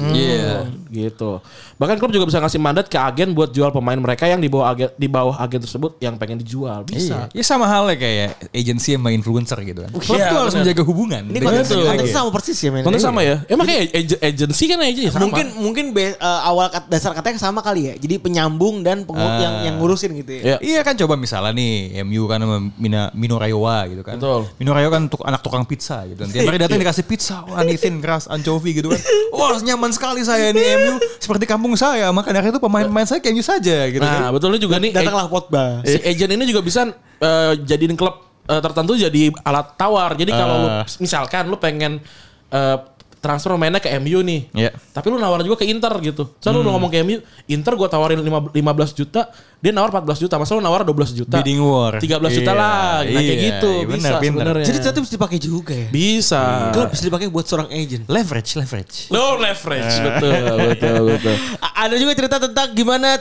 Gitu. Bahkan klub juga bisa ngasih mandat ke agen buat jual pemain mereka yang di bawah agen tersebut yang pengen dijual. Bisa. Ya sama halnya kayak agensi sama influencer gitu kan. Klub tuh harus menjaga hubungan. Ini konteksnya sama persis ya men. Konten sama ya. Emang kayak agensi kan aja sama. Mungkin awal dasar katanya sama kali ya. Jadi penyambung dan yang ngurusin gitu ya. Iya kan, coba misalnya nih MU kan sama Mino Raiola gitu kan. Betul. Mino Raiola kan anak tukang pizza gitu. Tiap hari datang dikasih pizza, wah nitin keras anchovy gitu kan. Wah nyaman sekali saya nih MU, seperti kampung saya. Maka dari itu pemain-pemain saya kayak MU saja gitu kan. Nah betulnya juga nih Datanglah Pogba. Si agent ini juga bisa jadiin klub tertentu jadi alat tawar. Jadi kalau lu misalkan lu pengen transfer mainnya ke MU nih. Tapi lu nawar juga ke Inter gitu. Soalnya lu ngomong ke MU, Inter gue tawarin 15 juta, dia nawar 14 juta. Masa lu nawar 12 juta. Bidding war. 13 juta lah. Nah kayak gitu. Bisa sebenarnya. Jadi ternyata bisa dipakai juga ya. Bisa. Klub bisa dipakai buat seorang agent. Leverage. No leverage. Betul. Ada juga cerita tentang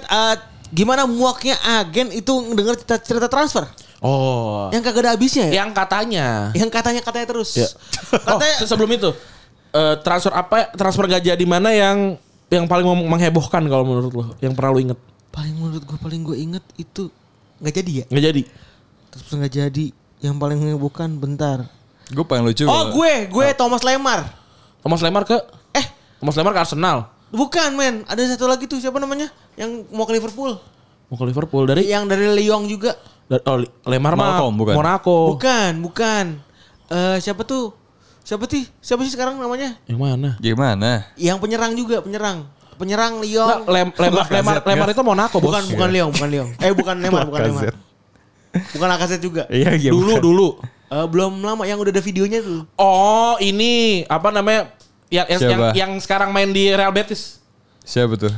gimana muaknya agen itu dengar cerita transfer. Oh. Yang kagak ada habisnya ya. Yang katanya terus. Ya. Katanya sebelum itu transfer gak jadi mana yang paling menghebohkan kalau menurut lo, yang pernah lo inget? Paling gue inget itu nggak jadi ya. Nggak jadi. Terus nggak jadi. Yang paling menghebohkan bentar. Gue paling lucu. Gue Thomas Lemar. Thomas Lemar ke Arsenal. Bukan men, ada satu lagi tuh siapa namanya? Yang mau ke Liverpool. Dari Yang dari Lyon juga. Lemar mah Monaco. Bukan. Siapa sih sekarang namanya? Yang mana? Gimana? Yang penyerang Lyon. Lemar itu Monaco, bukan Lyon. Bukan Neymar. Bukan Lacazette juga. Iya. Dulu. Belum lama yang udah ada videonya tuh. Oh, ini apa namanya? Yang sekarang main di Real Betis. Siapa tuh?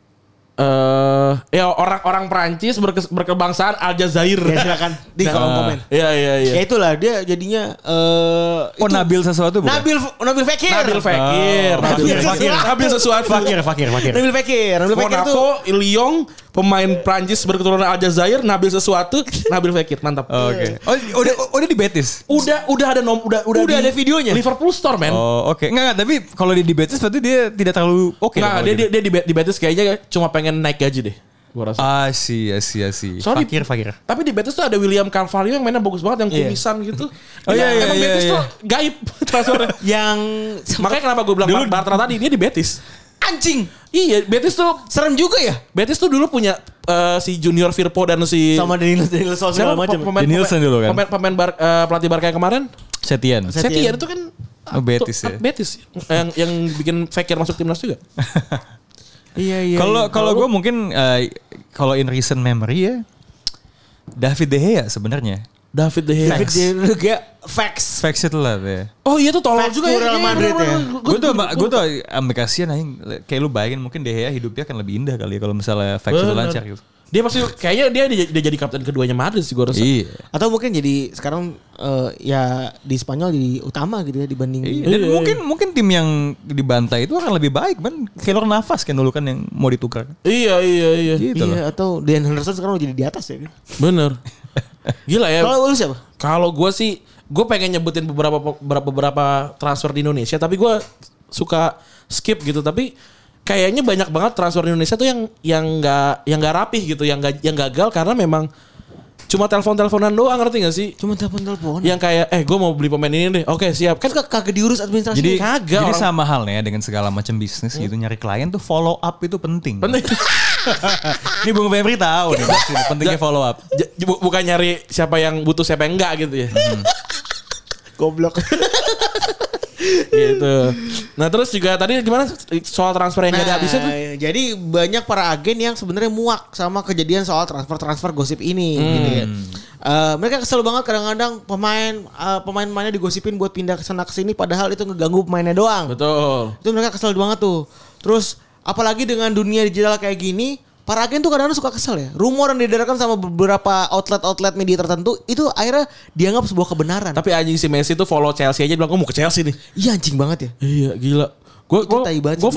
Orang Perancis berkebangsaan Aljazair. Ya silakan di kolom komen. Iya. Ya itulah dia jadinya Nabil sesuatu bukan? Nabil Fekir. Nabil sesuatu. Fakir. Nabil Fekir Monaco, Lyon, pemain Prancis berketurunan Aljazair, Nabil sesuatu, Nabil Fekir. Mantap. Oke. Udah di Betis. Udah ada videonya. Liverpool Store, man. Oh, oke. Enggak, tapi kalau di Betis berarti dia tidak terlalu oke. Nah, dia di Betis kayaknya cuma pengen naik gaji deh. Gua rasa. Sih. Fakir. Tapi di Betis tuh ada William Carvalho yang mainnya bagus banget, yang kumisan gitu. Emang Betis tuh gaib transfernya. Makanya kenapa gue bilang Bartra tadi, dia di Betis. Anjing. Iya, Betis tuh serem juga ya. Betis tuh dulu punya si Junior Firpo dan si sama Daniel segala macam. Danielson dulu kan. Pemain pelatih Barca yang kemarin. Setien itu kan Betis ya. Betis yang bikin Fekir masuk timnas juga. Iya. Kalau gue mungkin kalau in recent memory ya David De Gea sebenarnya. David De Gea. Facts ya. itu lah deh. Oh iya tuh tolol juga ya. Real Madrid ya. Gue tuh ambil kasihan aja. Kayak lu bayangin mungkin De Gea hidupnya akan lebih indah kali ya kalau misalnya Facts itu lancar gitu. Dia pasti kayaknya dia jadi kapten keduanya Madrid sih gue rasa. Iya. Atau mungkin jadi sekarang ya di Spanyol di utama gitu ya dibanding. Dan mungkin tim yang dibantai itu akan lebih baik kan. Keylor Navas kan dulu kan yang mau ditukar. Iya. Gitu iya atau Dean Henderson sekarang jadi di atas ya kan. Bener. Gila ya. Kalau lu siapa? Kalau gue sih gue pengen nyebutin beberapa transfer di Indonesia tapi gue suka skip gitu tapi kayaknya banyak banget transfer di Indonesia tuh yang nggak rapih gitu, yang gagal karena memang cuma telepon-teleponan doang, ngerti gak sih? Cuma telepon. Yang kayak gue mau beli pemain ini deh. Oke, siap. Kan kagak diurus administrasi. Jadi kagak jadi orang- sama halnya dengan segala macam bisnis gitu, nyari klien tuh follow up itu penting. Penting. Ini Bung Febri tahu nih maksudnya pentingnya follow up. Bukan nyari siapa yang butuh siapa yang enggak gitu ya. Goblok. Gitu. Nah terus juga tadi gimana soal transfer yang gak ada habisnya tuh? Jadi banyak para agen yang sebenarnya muak sama kejadian soal transfer gosip ini gitu ya. Mereka kesel banget kadang-kadang pemain-pemainnya digosipin buat pindah ke sana ke sini padahal itu ngeganggu pemainnya doang. Betul. Itu mereka kesel banget tuh. Terus apalagi dengan dunia digital kayak gini, para agen tuh kadang-kadang suka kesel ya. Rumor yang diedarkan sama beberapa outlet media tertentu itu akhirnya dianggap sebuah kebenaran. Tapi anjing si Messi tuh follow Chelsea aja bilang mau ke Chelsea nih. Iya anjing banget ya. Iya gila. Gue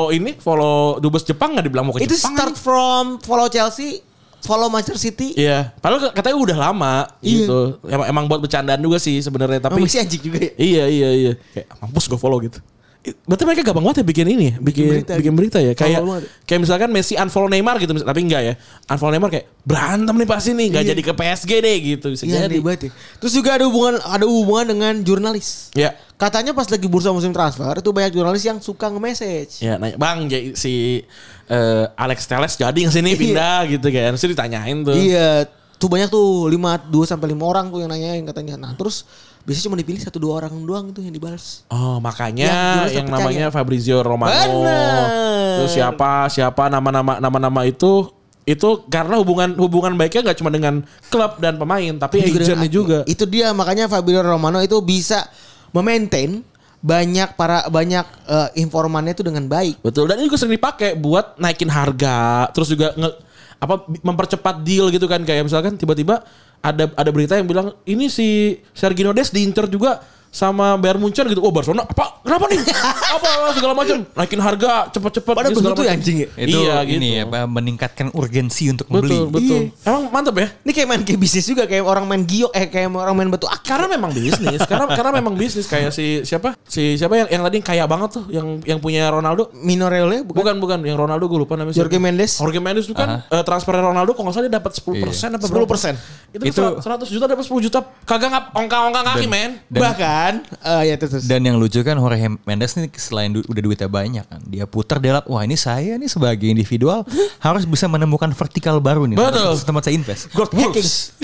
follow dubes Jepang gak dibilang mau ke Itu Jepang. start from follow Chelsea, follow Manchester City. Iya. Padahal katanya udah lama gitu. Emang buat bercandaan juga sih sebenarnya. Tapi Masih anjing juga ya. Iya. Kayak mampus gue follow gitu. Berarti mereka gampang banget ya bikin ini ya, bikin berita ya. Kayak misalkan Messi unfollow Neymar gitu, tapi enggak ya. Unfollow Neymar kayak berantem nih pasti nih, enggak jadi ke PSG deh gitu bisa jadi. Ya. Terus juga ada hubungan dengan jurnalis. Ya. Katanya pas lagi bursa musim transfer itu banyak jurnalis yang suka nge-message. Ya nanya, "Bang, si Alex Telles jadi ke sini pindah gitu kan." Terus ditanyain tuh. Iya, tuh banyak tuh 2 sampai 5 orang tuh yang nanyain katanya. Nah, terus biasanya cuma dipilih 1-2 orang doang tuh yang dibales. Oh, makanya yang namanya Fabrizio Romano. Bener. Terus siapa nama-nama itu karena hubungan baiknya nggak cuma dengan klub dan pemain, tapi agentnya juga. Itu dia makanya Fabrizio Romano itu bisa memaintain banyak informannya itu dengan baik. Betul, dan ini juga sering dipakai buat naikin harga, terus juga mempercepat deal gitu kan, kayak misalkan tiba-tiba ada berita yang bilang ini si Sergio Des diincar juga sama Bayern Munchen gitu. Oh Barcelona apa? Kenapa nih? Apa segala macam. Naikin harga cepet-cepet. Padahal segala begitu ya macam. anjing ya. Itu Iya, ini gitu. ya meningkatkan urgensi untuk membeli. Betul. Iya. Emang mantep ya? Ini kayak main bisnis juga kayak orang main giok kayak orang main batu akik. Karena memang bisnis. karena memang bisnis kayak si siapa yang tadi kaya banget tuh yang punya Ronaldo. Mino Raiola Bukan yang Ronaldo gue lupa namanya. Jorge Mendes. Jorge Mendes itu kan transfer Ronaldo kok nggak salah dia dapat 10% apa 10%. Itu 100 juta dapat 10 juta kagak ongkang kaki men. Bahkan ya terus. Dan yang lucu kan Jorge Mendes nih selain udah duitnya banyak kan, dia putar dia lihat, wah ini saya nih sebagai individual harus bisa menemukan vertikal baru nih. Betul. Tempat saya invest. Growth hacking.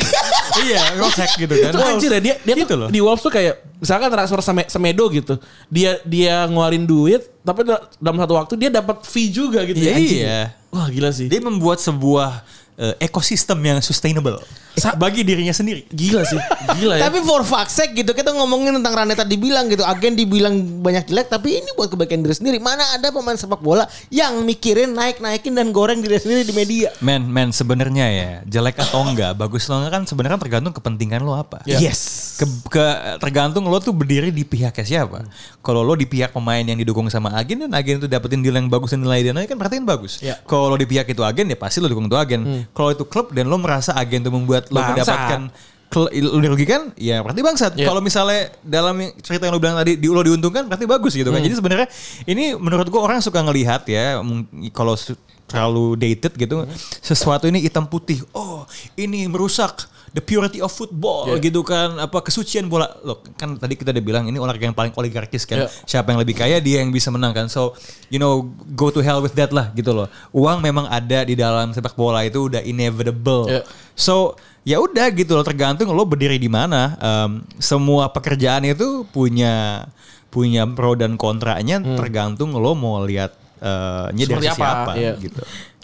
Iya, growth hack gitu kan. Itu anjir ya dia gitu tuh loh. di Wolves tuh kayak misalkan transfer Semedo gitu. Dia ngeluarin duit tapi dalam satu waktu dia dapat fee juga gitu ya. Anjing. Iya. Wah gila sih. Dia membuat sebuah ekosistem yang sustainable bagi dirinya sendiri. Gila sih. Gila ya. Tapi for fuck's sake gitu kita ngomongin tentang Rane tadi bilang gitu agen dibilang banyak jelek tapi ini buat kebaikan diri sendiri. Mana ada pemain sepak bola yang mikirin naikin dan goreng diri sendiri di media. Men sebenarnya ya jelek atau enggak, bagus atau enggak kan sebenarnya tergantung kepentingan lo apa. Ya. Yes. Tergantung lo tuh berdiri di pihaknya siapa. Kalau lo di pihak pemain yang didukung sama agen dan agen itu dapetin deal yang bagus dan nilai dananya kan berarti kan bagus. Ya. Kalau lo di pihak itu agen ya pasti lo dukung itu agen. Kalau itu klub dan lo merasa agen itu membuat lo Bangsat. mendapatkan lo dirugikan ya berarti bangsat. Yeah. Kalau misalnya dalam cerita yang lo bilang tadi lo diuntungkan berarti bagus gitu kan. Jadi sebenarnya ini menurut gua orang suka ngelihat ya kalau terlalu dated gitu sesuatu ini hitam putih. Oh, ini merusak the purity of football gitu kan, apa kesucian bola. Loh, kan tadi kita udah bilang ini olahraga yang paling oligarkis kan. Siapa yang lebih kaya dia yang bisa menang kan. So, go to hell with that lah gitu loh. Uang memang ada di dalam sepak bola itu udah inevitable. So, ya udah gitu loh, tergantung lo berdiri di mana. Semua pekerjaan itu punya pro dan kontranya, tergantung lo mau lihat dari siapa gitu.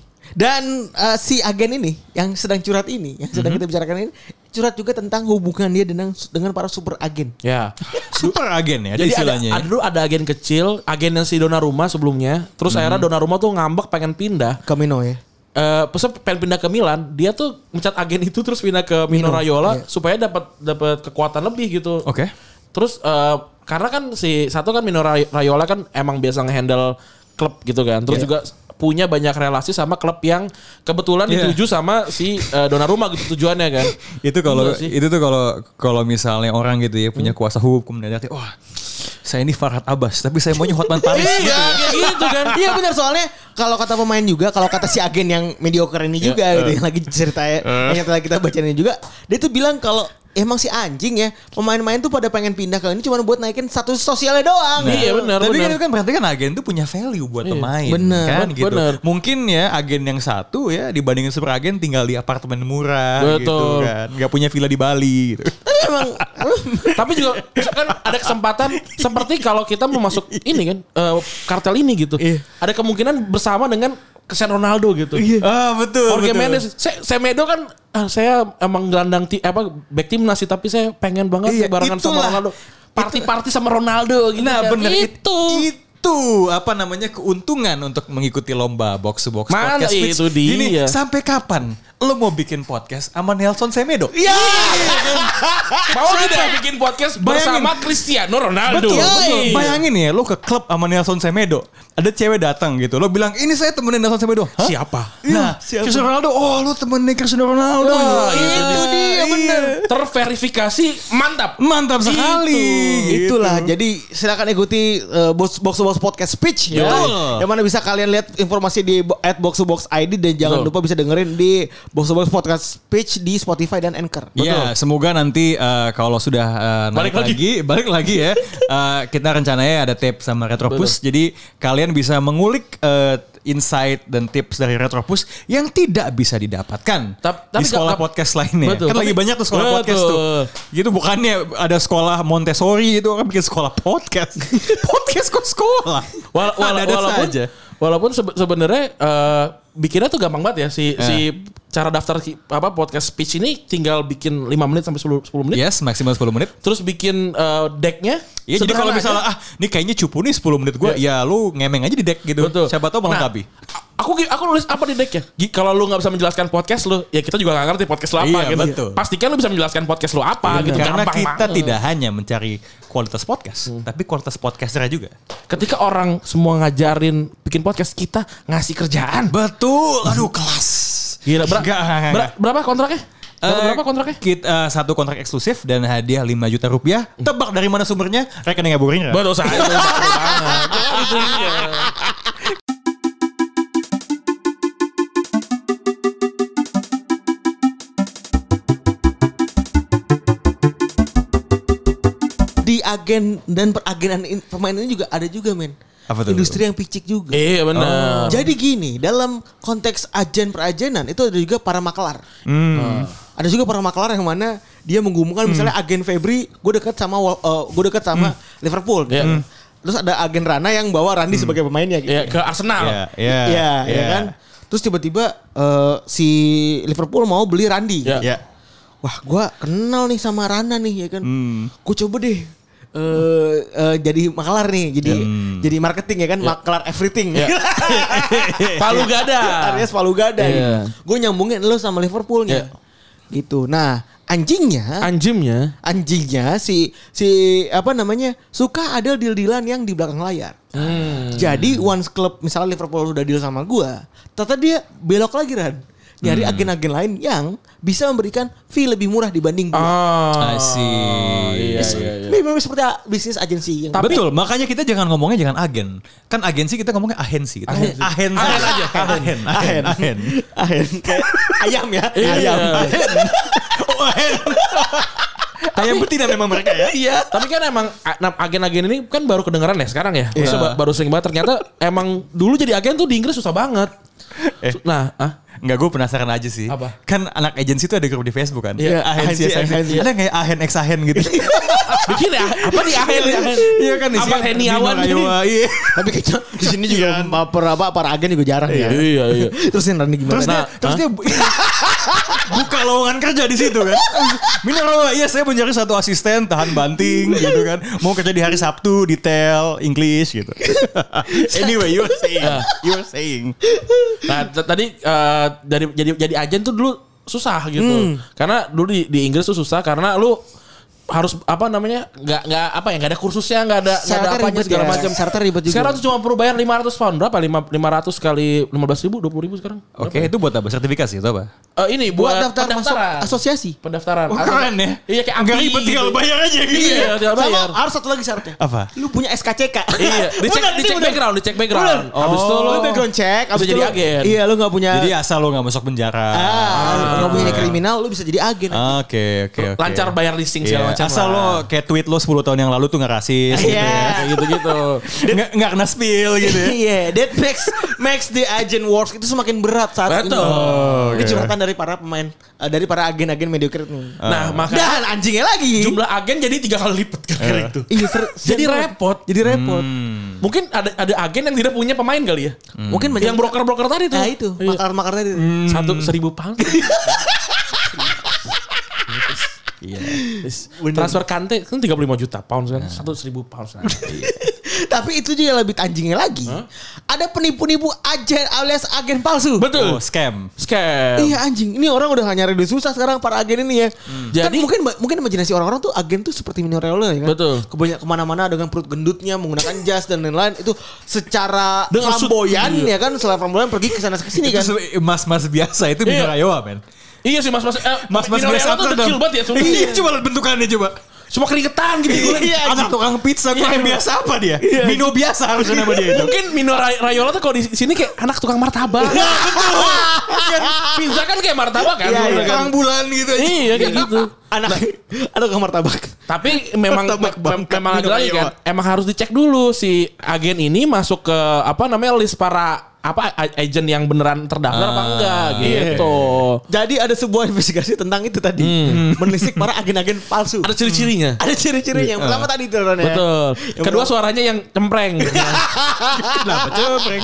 Dan si agen ini yang sedang curhat ini, yang sedang kita bicarakan ini, curhat juga tentang hubungan dia dengan para super agen. Ya. Super agen ya Jadi istilahnya. ada agen kecil, agen yang si Donnarumma sebelumnya. Terus akhirnya Donnarumma tuh ngambek pengen pindah. Ke Mino ya. Pas pengen pindah ke Milan, dia tuh mencat agen itu terus pindah ke Mino Raiola supaya dapat kekuatan lebih gitu. Oke. Terus karena kan si satu kan Mino Raiola kan emang biasa ngehandle klub gitu kan. Terus juga punya banyak relasi sama klub yang kebetulan dituju sama si Donnarumma gitu tujuannya kan. Itu kalau misalnya orang gitu ya punya kuasa hukum dan wah saya ini Farhad Abbas, tapi saya maunya Hotman Paris. Iya, kayak gitu kan. Iya benar, soalnya kalau kata pemain juga, kalau kata si agen yang mediocre ini juga gitu, yang lagi ceritanya, yang telah kita baca ini juga, dia tuh bilang kalau emang si anjing ya, pemain-pemain tuh pada pengen pindah ke ini cuma buat naikin status sosialnya doang. Iya benar. Tapi kan itu kan berarti kan agen tuh punya value buat pemain. Bener, kan gitu. bener. Mungkin ya agen yang satu ya dibandingin super agen tinggal di apartemen murah gitu kan. Gak punya villa di Bali gitu. Tapi emang Tapi juga kan ada kesempatan seperti kalau kita mau masuk ini kan kartel ini gitu. Ada kemungkinan bersama dengan Cristiano Ronaldo gitu. Ah betul. Jorge betul. Mendes, Semedo kan saya emang gelandang back timnas sih, tapi saya pengen banget Iya, barengan sama itulah. Ronaldo. Party sama Ronaldo gitu. Nah kan. bener Itu apa namanya keuntungan untuk mengikuti lomba box to box Mana podcast pitch. itu dia? Gini, sampai kapan lo mau bikin podcast sama Nelson Semedo? iya. mau tidak bikin podcast bersama Cristiano Ronaldo. Betul. Bayangin ya lo ke klub sama Nelson Semedo. Ada cewek datang gitu. Lo bilang ini saya temenin Nelson Semedo. Hah? Siapa? Nah, Cristiano Ronaldo. Oh, lo temenin Cristiano Ronaldo. Wah, itu dia, bener. Terverifikasi mantap. Mantap sekali. Gitu. Itulah, jadi silakan ikuti box to box podcast speech ya. Betul. Yang mana bisa kalian lihat informasi di @box2box.id dan jangan Betul. lupa bisa dengerin di box to box podcast speech di Spotify dan Anchor. Ya, semoga nanti kalau sudah Balik balik lagi ya. Kita rencananya ada tape sama Retropus. Jadi kalian bisa mengulik insight dan tips dari Retropus yang tidak bisa didapatkan Tapi di sekolah gak- podcast lainnya. Betul. Kan lagi banyak tuh sekolah Betul. podcast tuh. Gitu bukannya ada sekolah Montessori itu orang bikin sekolah podcast. Podcast kok sekolah. Walaupun saja. walaupun sebenarnya bikinnya tuh gampang banget ya si cara daftar podcast speech ini tinggal bikin 5 menit sampai 10 menit. Yes, maksimal 10 menit. Terus bikin decknya. Iya, jadi kalau sederhana misalnya ini kayaknya cupu nih 10 menit gue, ya lu ngemeng aja di deck gitu. Betul. Siapa tahu melengkapi. Aku nulis apa di decknya? Kalau lu nggak bisa menjelaskan podcast lu, ya kita juga nggak ngerti podcast lu apa Iya, gitu. betul. Pastikan lu bisa menjelaskan podcast lu apa gitu. Karena Gampang kita banget. tidak hanya mencari kualitas podcast, tapi kualitas podcaster juga. Ketika orang semua ngajarin bikin podcast, kita ngasih kerjaan. Betul. Aduh, kelas. Gila, Enggak. berapa kontraknya? Berapa kontraknya? Kita satu kontrak eksklusif dan hadiah 5 juta rupiah. Tebak dari mana sumbernya? Rekening Abu Ringra. Betul saya itu banget. Itu dia. Di agen dan peragenan pemain ini juga ada juga men. Apa tuh? Industri yang picik juga. Iya benar. Jadi gini, dalam konteks agen perajenan itu ada juga para makelar. Ada juga para makelar yang mana dia menggumulkan misalnya agen Febri, gue dekat sama Liverpool. Iya. Terus ada agen Rana yang bawa Randy sebagai pemainnya gitu. Iya, ke Arsenal. Iya, ya kan. Terus tiba-tiba si Liverpool mau beli Randy. Iya. Ya. Wah, gue kenal nih sama Rana nih ya kan. Gue coba deh jadi makelar nih, jadi marketing ya kan, makelar everything. Iya. Palu Gada. Alias Palu Gada. Iya. Gue nyambungin lo sama Liverpoolnya. Gitu. Nah, anjingnya si apa namanya suka ada deal-dealan yang di belakang layar. Jadi once klub misalnya Liverpool udah deal sama gua, ternyata dia belok lagi Ran. Nyari agen-agen lain yang bisa memberikan fee lebih murah dibanding gua. I see. Iya. Memang seperti bisnis agensi yang Betul, makanya kita jangan ngomongnya jangan agen. Kan agensi kita ngomongnya ahensi gitu. Ahen aja. Ahen. kayak ayam ya. Iya. Ayam. Oh, ahen. Ayam betina memang mereka ya. Iya. Tapi kan emang agen-agen ini kan baru kedengeran ya sekarang ya. Maksudnya baru sering banget. Ternyata emang dulu jadi agen tuh di Inggris susah banget. Nah, Enggak, gue penasaran aja sih. Apa? Kan anak agensi itu ada grup di Facebook kan. Iya, Ahensi. ahensi. Ada kayak Ahen X Ahen gitu. bikin ya apa nih agen? Iya kan Apa Heniawan ini. Iya. Tapi kayaknya di sini juga para agen juga jarang ya. Iya. Terus yang Randy gimana? Terus dia buka lowongan kerja di situ kan. Minarawa, iya saya mencari satu asisten tahan banting gitu kan. Mau kerja di hari Sabtu, detail, English gitu. Anyway, you were saying. Nah, tadi jadi agen tuh dulu susah gitu. Karena dulu di Inggris tuh susah karena lu harus apa namanya? Enggak ada kursusnya, enggak ada apanya segala macam. Syaratnya ribet juga. Sekarang tuh cuma perlu bayar 500 pound. Berapa? 500 kali 15.000, 20.000 sekarang. Oke, itu buat apa? Sertifikasi atau apa? Ini buat daftar masuk pendaftaran. asosiasi. Pendaftaran. Keren ya. Iya kayak Agak API ribet, tinggal gitu. bayar aja gitu. Iya, tinggal bayar. Sama harus satu lagi syaratnya. Apa? Lu punya SKCK. Iya, dicek background. Habis itu Lu background check, bisa jadi agen. Iya, lu enggak punya. Jadi asal lo gak masuk penjara. Nggak punya kriminal, lu bisa jadi agen. Oke. Lancar bayar listing segala macam. Asal lo kayak tweet lo 10 tahun yang lalu tuh gak rasis gitu Iya. ya. Kayak gitu-gitu. Nggak kena spill gitu ya. Iya, that makes the agent works itu semakin berat saat ini. Betul. Ini curhatan dari para pemain, dari para agen-agen mediocre nih. Nah, makanya Dan anjingnya lagi. jumlah agen jadi 3 kali lipat gara-gara itu. Iya, Jadi repot. Jadi repot. Mungkin ada agen yang tidak punya pemain kali ya. Mungkin banyak Yang broker-broker tadi tuh. Nah itu, Iya. makar-makar tadi. 1.000 pound. Iya. Transfer Kante kan 35 juta pound kan. 1.000 pound. Tapi itu juga lebih anjingnya lagi. Ada penipu-nipu agen alias agen palsu. Betul. Scam. Scam. Iya anjing, ini orang udah nyari duit susah sekarang para agen ini ya. Kan Jadi- mungkin imajinasi orang-orang tuh agen tuh seperti Mino Raiola ya kan. Betul. Kemana-mana dengan perut gendutnya menggunakan jas dan lain-lain itu secara Dengan flamboyan ya kan, secara flamboyan pergi ke sana ke sini kan. Itu mas-mas biasa itu Mino Iya. Raiola men. Iya sih mas-mas. Mas-mas Mino biasa Raiola tuh kecil banget ya. Sumpah. Iya, coba lihat bentukannya coba. Cuma keringetan gitu. Iya, Anak tukang pizza Iya. yang biasa apa dia? Mino biasa harusnya nama dia itu. Mungkin Mino Raiola tuh kalau di sini kayak anak tukang martabak. Pizza kan kayak martabak kan. Iya, sebenarnya kan. Orang bulan gitu. Iya kayak gitu. Anak kamar tabak. Tapi memang Martabak bangka memang Mino lagi kan. Raiola. Emang harus dicek dulu si agen ini masuk ke apa namanya list para agent yang beneran terdaftar apa enggak gitu. Jadi ada sebuah investigasi tentang itu tadi. Menelisik para agen-agen palsu. Ada ciri-cirinya. Ada ciri-cirinya. Yang pertama tadi itu Ron, ya. Betul. Yang Kedua pertama- suaranya yang cempreng. Kenapa cempreng?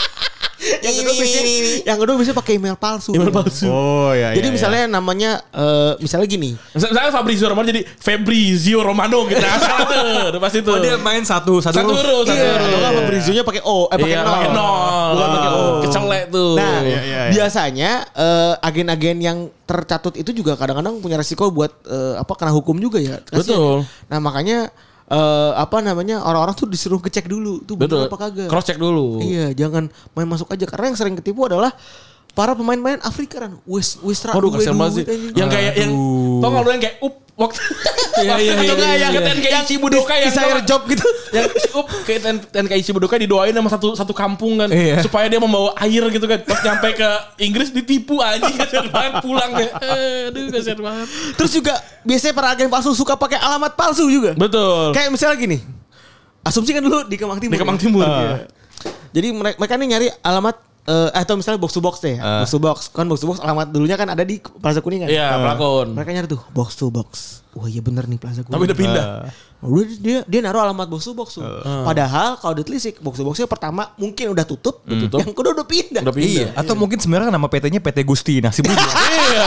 yang kedua bisa pakai email palsu. Email palsu. Oh ya. Jadi misalnya namanya misalnya gini. Misalnya Fabrizio Romano jadi Fabrizio Romano gitu. Nah, salah tuh. Udah pasti tuh. Oh, dia main satu Satu huruf. Iya, atau nggak Fabrizio-nya pakai O, pakai Iya, nol. pakai nol. Bukan pakai O. Kecelek tuh. Nah, iya. biasanya agen-agen yang tercatut itu juga kadang-kadang punya resiko buat kena hukum juga ya. Kasian. Betul. Nah, makanya orang-orang tuh disuruh ngecek dulu tuh Betul. bener apa kagak. Cross check dulu. Iya, jangan main masuk aja karena yang sering ketipu adalah para pemain-pemain Afrika kan. Wisra. Waduh kasihan banget sih. Yang kayak yang tau gak lu yang kayak waktu Iya, atau nggak yang kayak Ichi Budoka yang Desire job gitu. yang kayak Ichi Budoka didoain sama satu kampung kan Iya. supaya dia membawa air gitu kan pas nyampe ke Inggris ditipu aja kasihan banget pulang deh. Aduh kasihan banget. Terus juga biasanya para agen palsu suka pakai alamat palsu juga. Betul. Kayak misalnya gini. Asumsikan dulu di Kemang Timur. Di Kemang ya. Timur. Jadi mereka nih nyari alamat atau misalnya box to box deh. Box to box. Kan box to box alamat dulunya kan ada di Plaza Kuningan. Iya, pelakon. Mereka nyari tuh box to box. Wah iya bener nih Plaza Kuningan. Tapi udah pindah. Udah dia naruh alamat box to box tuh. Padahal kalau ditelisik box to boxnya pertama mungkin udah tutup. Yang kedua udah pindah. Udah pindah. Iya. Atau mungkin sebenarnya nama PT-nya PT Gusti Nasi Bujur. Iya.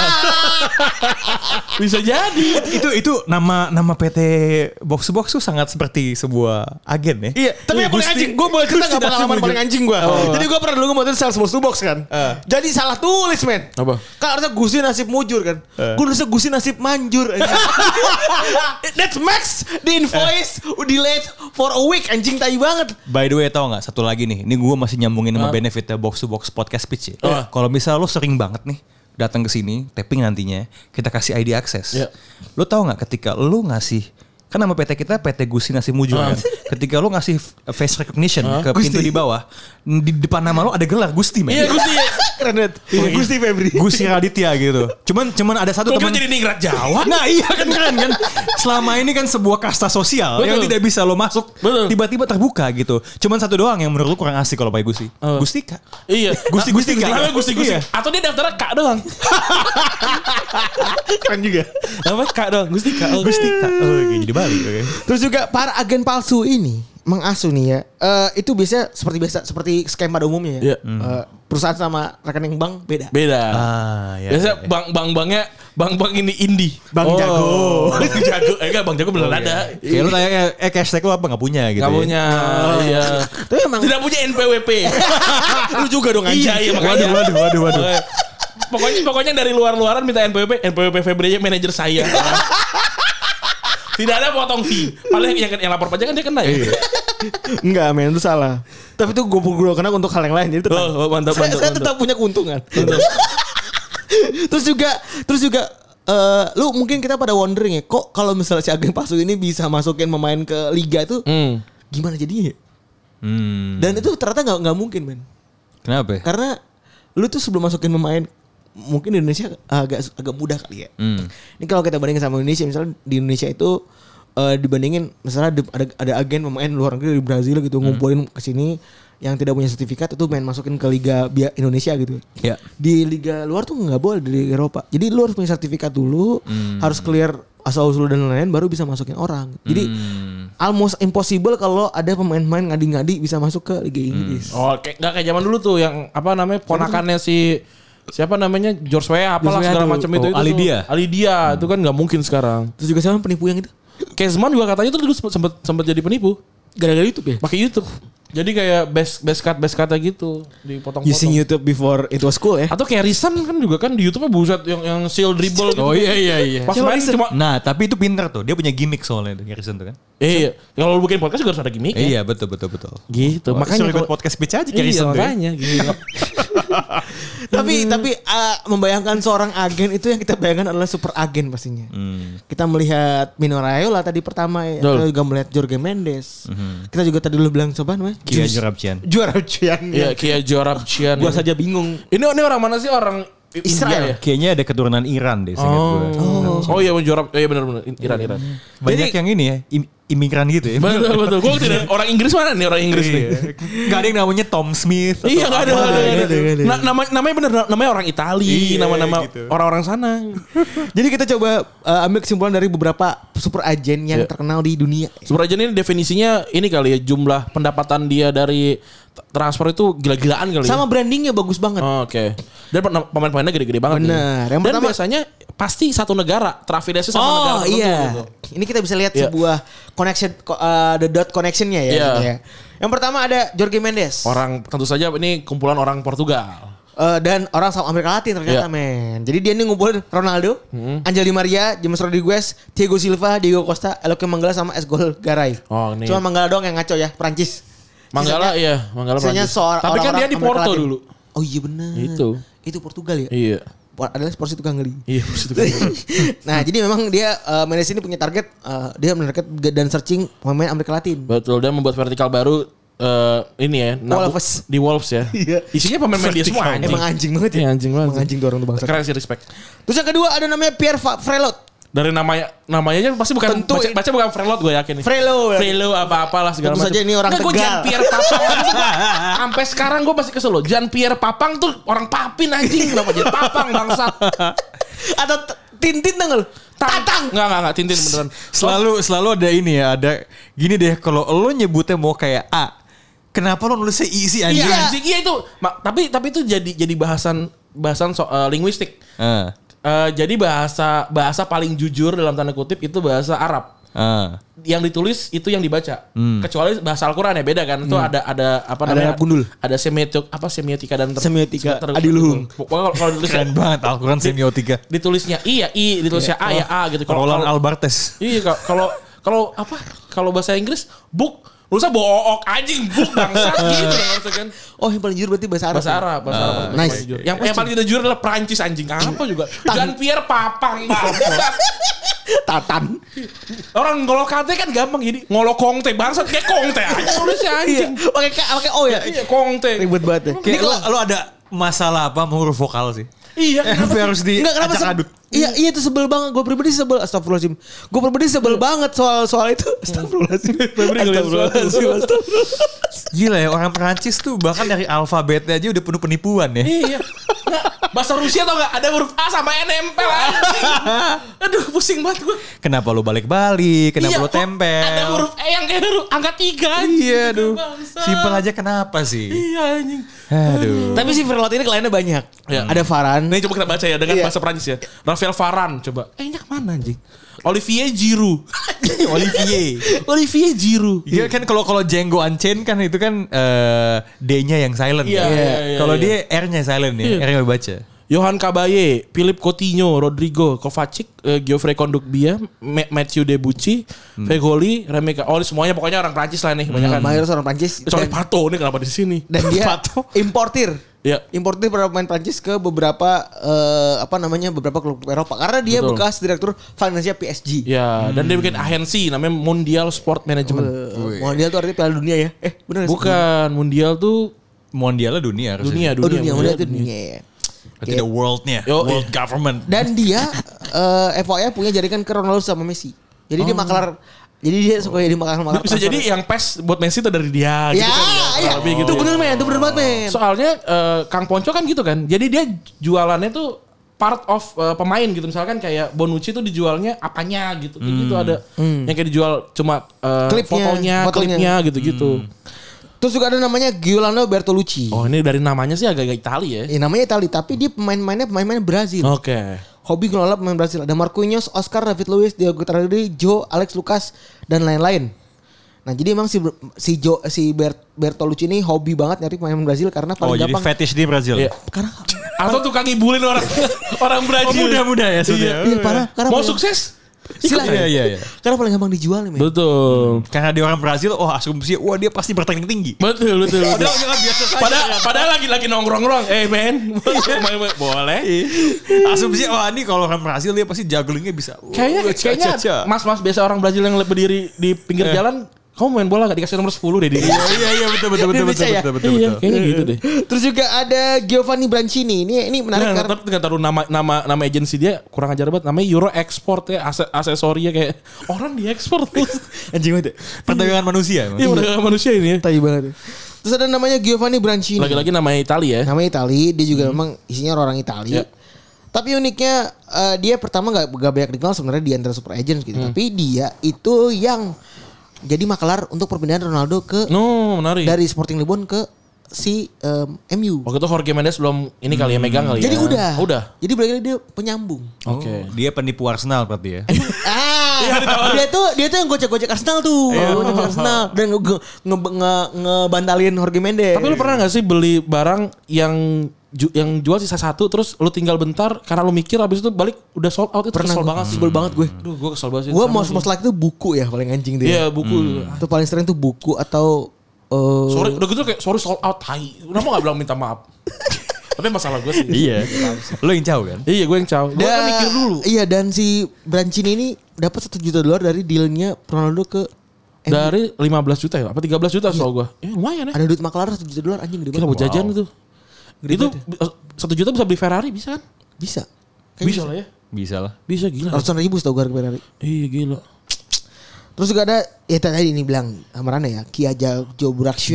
Bisa jadi. itu nama PT Box to Box tuh sangat seperti sebuah agen ya. Iya, tapi yang paling anjing, gue boleh cerita gak pengalaman paling anjing gue. Jadi gue pernah dulu ngebuatin sales box to box kan. Jadi salah tulis men. Apa? Kan harusnya Gusti Nasib Mujur kan. Gue nulisnya Gusti Nasib Manjur. That's max the invoice delayed for a week. Anjing tai banget. By the way tau gak satu lagi nih. Ini gue masih nyambungin sama benefitnya Box to Box podcast pitch ya. Kalau misal lo sering banget nih datang ke sini tapping nantinya kita kasih ID access. Iya. Lo tau gak ketika lo ngasih kan nama PT kita PT Gusti Nasi Mujur kan. Ketika lo ngasih face recognition ke pintu di bawah, di depan nama lo ada gelar Gusti men. Iya Gusti. Keren banget. Gusti Febri. Gusti Raditya gitu. Cuman ada satu Kok teman. jadi ningrat Jawa? Nah iya kan keren kan. Selama ini kan sebuah kasta sosial yang Betul. tidak bisa lo masuk. Betul. Tiba-tiba terbuka gitu. Cuman satu doang yang menurut lo kurang asik kalau pakai Gusti. Gustika. Iya. Gusti. Namanya Gusti. Iya. Atau dia daftarnya Kak doang. Keren juga. Namanya Kak doang. Gustika. Oh, Gustika. Oh jadi dibalik. Oke. Terus juga para agen palsu ini mengasuh nih ya. Itu biasanya seperti scam pada umumnya ya. Iya. Perusahaan sama rekening bank beda. Beda. Ya. Biasanya bank-banknya bank-bank ini indie. Bang Jago. Bang Jago. Enggak Bang Jago beneran ada. Kayak lo tanya hashtag lo apa nggak punya gitu. Gak ya. punya. Iya. Tapi emang Tidak punya NPWP. lu juga dong anjing. Iya makanya. Waduh. Pokoknya dari luar-luaran minta NPWP. NPWP Febri manajer saya. Tidak ada potong fee. Paling yang lapor pajak kan dia kena ya. Enggak men, itu salah. Tapi itu gue kena untuk hal yang lain. Jadi tetap, Mantap. saya tetap punya keuntungan. Terus juga lu mungkin kita pada wondering ya, kok kalau misalnya si Ageng Pasu ini bisa masukin pemain ke liga itu gimana jadinya ya? Dan itu ternyata nggak mungkin men. Kenapa? Karena lu tuh sebelum masukin pemain mungkin di Indonesia agak mudah kali ya. Ini kalau kita bandingin sama Indonesia, misalnya di Indonesia itu dibandingin misalnya ada agen pemain luar negeri dari Brazil gitu ngumpulin ke sini yang tidak punya sertifikat itu main masukin ke liga Indonesia gitu. Ya. Di liga luar tuh nggak boleh di Liga Eropa. Jadi lu harus punya sertifikat dulu, harus clear asal-usul dan lain-lain baru bisa masukin orang. Jadi almost impossible kalau ada pemain-pemain ngadi-ngadi bisa masuk ke Liga Inggris. Oh, nggak kayak zaman dulu tuh yang apa namanya ponakannya siapa namanya George Weah apalah segala macam itu. Alidia itu kan nggak mungkin sekarang. Terus juga sama penipu yang itu. Kezman juga katanya tuh dulu sempat jadi penipu Gara-gara YouTube ya? pakai YouTube. Jadi kayak best cut gitu dipotong-potong. Using YouTube before it was cool ya. Atau kayak Risan kan juga kan di YouTube buset yang seal dribble gitu. Oh iya. Pas main cuma Nah, tapi itu pinter tuh. Dia punya gimmick soalnya itu Harrison tuh kan. iya, kalau lu bikin podcast juga harus ada gimmick ya. Iya, betul. Gitu. Makanya Makanya ikut podcast pitch aja iya, Harrison tuh. makanya gitu. Tapi membayangkan seorang agen itu yang kita bayangkan adalah super agen pastinya. Kita melihat Mino Raiola tadi pertama ya. Kita juga melihat Jorge Mendes. Kita juga tadi dulu bilang coba namanya Kia Jorabcian. Iya, Kia Jorabcian. Gua saja bingung. Ini orang mana sih orang Israel India ya? Kayaknya ada keturunan Iran deh seingat gue. Oh iya Jorab. Iya benar Iran. Banyak yang ini ya, imigran gitu ya. Betul. Gue tidak orang Inggris mana nih orang Inggris nih? Gak ada yang namanya Tom Smith. Iya nggak ada. Namanya bener namanya orang Itali, Iya, nama-nama gitu. orang-orang sana. Jadi kita coba ambil kesimpulan dari beberapa super agen yang terkenal di dunia. Super agent ini definisinya ini kali ya jumlah pendapatan dia dari transfer itu gila-gilaan kali. Sama brandingnya bagus banget. Oh, oke. Dan pemain-pemainnya gede-gede banget. Bener. Yang pertama biasanya pasti satu negara terafiliasi sama negara tertentu. Iya. Gitu. Ini kita bisa lihat sebuah connection, the dot connectionnya ya. Iya. Gitu ya. Yang pertama ada Jorge Mendes. Orang tentu saja ini kumpulan orang Portugal. Dan orang sama Amerika Latin ternyata men. Jadi dia ini ngumpulin Ronaldo, Angel Di Maria, James Rodriguez, Thiago Silva, Diego Costa, Eloque Manggala sama Esgol Garay. Oh, ini. Cuma Manggala doang yang ngaco ya, Prancis. Manggala Sisanya Tapi kan dia di Porto dulu. Oh iya benar. Itu Portugal ya? Iya. Adalah Sporsi tukang geli. Iya, Nah, jadi memang dia Mendes ini punya target dia menarget dan searching pemain Amerika Latin. Betul, dia membuat vertikal baru ini ya, Wolves. di Wolves ya. Iya. Isinya pemain-pemain dia semua anjing. Emang anjing banget ya. Iya, anjing banget. Emang anjing tuh orang tuh bangsa. Keren sih, respect. Terus yang kedua ada namanya Pierre Frelot. Dari namanya pasti bukan Tentu baca bukan Frelot gue yakin. Frelo apa-apalah segala Tentu macam. saja ini orang Gue Tegal. Jean Pierre Papang. Sampai sekarang gue masih kesel loh. Jean Pierre Papang tuh orang Papin anjing. Kenapa jadi Papang bangsat? Atau Tintin tau gak lu? Tatang. Enggak Tintin beneran. Selalu ada ini ya, ada gini deh, kalau lo nyebutnya mau kayak A, kenapa lo nulisnya I sih anjing? Iya anjing, iya itu. Tapi itu jadi bahasan linguistik. Jadi bahasa paling jujur dalam tanda kutip itu bahasa Arab. Yang ditulis itu yang dibaca. Kecuali bahasa Al-Qur'an ya beda kan. Itu ada apa namanya? Arab gundul. Ada semiotika dan Semiotika adiluhum. Pokoknya kalau ditulis Keren banget Al-Quran semiotika. ditulisnya I ya I, ditulisnya A ya A gitu. Roland Albartes. Iya kalau apa? Kalau bahasa Inggris book Lusa book anjing book bangsat gitu kan. Oh yang paling jujur berarti bahasa Arab. Bahasa Arab. Nice. Yang paling tidak jujur adalah Perancis anjing. Apa juga? Jean Pierre Papang bangsat. Tatan. Orang ngolok kate kan gampang gini. Ngolok kongte bangsat kayak kongte aja nulisnya anjing. Pakai O ya. Iya kongte. Ribet banget ya. Kayak lo ada masalah apa mau huruf vokal sih? Iya. Harus di Enggak kenapa acak adut. Iya itu sebel banget. Gue pribadi sebel. Astagfirullahaladzim. Gue pribadi sebel banget soal itu. Astagfirullahaladzim. Astagfirullahaladzim. Gila ya, orang Perancis tuh bahkan dari alfabetnya aja udah penuh penipuan ya. Iya. Bahasa Rusia tau gak? Ada huruf A sama N nempel anjing. Aduh pusing banget gue. Kenapa lo balik-balik? Kenapa lo tempel? Ada huruf E yang kayak huruf angka 3 anjing. Iya aduh. Simpel aja kenapa sih? Iya anjing. Aduh. Tapi si Verlot ini kliennya banyak. Ya. Ada Varane. Nih coba kita baca ya dengan bahasa Prancis ya. Rafael Varane coba. Nyak mana anjing? Olivier Giroud. Olivier Giroud. Iya kan kalau Django Unchained kan itu kan D-nya yang silent. Iya, kan? iya, Kalau iya. dia R-nya silent ya. R-nya baca. Johan Cabaye, Philippe Coutinho, Rodrigo Kovacic, Geoffrey Kondogbia, Mathieu Debuchy, Fegoli, Remeka. Oh, ini semuanya pokoknya orang Prancis lah nih, kebanyakan. Mayoritas orang Prancis. Soalnya Pato nih kenapa di sini? Dan dia importir. Ya. Importir para pemain Prancis ke beberapa beberapa klub Eropa karena dia bekas direktur finansial PSG. Ya, dan dia bikin agensi namanya Mondial Sport Management. Mondial itu artinya Piala Dunia ya? Benar. Bukan, Mondial tuh Mondialnya dunia harusnya. Dunia. Mondial itu dunia ya. Berarti the world-nya, world government. Dan dia FYI punya jaringan ke Ronaldo sama Messi. Jadi dia maklar. Jadi dia suka jadi maklar. Bisa jadi yang PES buat Messi itu dari dia ya, gitu kan. Iya. Gitu itu bener men, itu bener banget men. Soalnya Kang Ponco kan gitu kan. Jadi dia jualannya tuh part of pemain gitu. Misalkan kayak Bonucci tuh dijualnya apanya gitu. Kayak gitu ada yang kayak dijual cuma fotonya, klipnya gitu-gitu. Terus juga ada namanya Giuliano Bertolucci. Oh, ini dari namanya sih agak-agak Itali ya. Namanya Itali, tapi dia pemain-pemain Brazil. Oke. Hobi ngelola pemain Brazil. Ada Marquinhos, Oscar, David Luiz, Diego Tardelli, Joe, Alex Lucas, dan lain-lain. Nah jadi emang si Bertolucci ini hobi banget nyari pemain Brazil karena paling gampang. Jadi fetish di Brazil. Iya. Karena atau tukang ngibulin orang Brazil. Muda-muda ya sudah. Iya parah. Mau sukses? Silakan. Iya. Karena paling gampang dijual nih, men. Betul. Karena dia orang Brazil, asumsi dia pasti bertanding tinggi. Betul. Padahal biasa saja. Padahal lagi nongkrong-nongkrong. Men. Boleh. Asumsi ini kalau orang Brazil dia pasti jugglingnya bisa. Kayaknya mas-mas biasa orang Brazil yang berdiri di pinggir jalan. Kamu main bola gak dikasih nomor 10 deh dia. Iya betul. Iya, kayaknya gitu deh. Terus juga ada Giovanni Brancini. Ini menarik karena tapi taruh nama agensi dia kurang ajar banget. Namanya Euro Export ya, aksesorinya kayak orang diekspor terus. Anjing banget. Perdagangan manusia. Iya, perdagangan manusia ini ya. Tai banget. Terus ada namanya Giovanni Brancini. Lagi-lagi namanya Itali ya. Namanya Itali, dia juga memang isinya orang Itali. Ya. Tapi uniknya dia pertama gak banyak dikenal sebenarnya di antara super agents gitu. Tapi dia itu yang jadi maklar untuk perpindahan Ronaldo ke menarik. Dari Sporting Lisbon ke si MU. Waktu itu Jorge Mendes belum ini kali ya megang kali Jadi ya. udah. Jadi berarti dia penyambung. Oke. Dia penipu Arsenal berarti ya. Dia tuh yang gocek-gocek Arsenal tuh. Gocek Arsenal dan ngebantalin Jorge Mendes. Tapi lu pernah gak sih beli barang yang jual sisa satu terus lu tinggal bentar karena lu mikir habis itu balik udah sold out? Itu pernah kesel banget sih. Sebel banget gue. Duh, gue kesel banget sih. Gue most like itu buku ya paling anjing tuh. Iya, buku. Itu paling sering tuh buku atau sorry, udah gitu kayak sorry sold out, tai. Kenapa gak bilang minta maaf? Tapi masalah gue sih. Iya. Lo yang jauh kan? Iya, gue yang caw. Gue kan mikir dulu. Iya, dan si Brancini ini dapat $1 juta dari dealnya Ronaldo ke MU. Dari 15 juta ya? Apa 13 juta soal gue? Lumayan ya. Ada duit maklar $1 juta anjing gede banget. Kita buat jajan itu. Itu 1 juta bisa beli Ferrari bisa kan? Bisa. Bisa lah ya. Bisa lah. Bisa gila. Ratusan ribu setau gue harga Ferrari. Iya gila. Terus juga ada tadi ini bilang Amarana ya, Kia Jurapchian.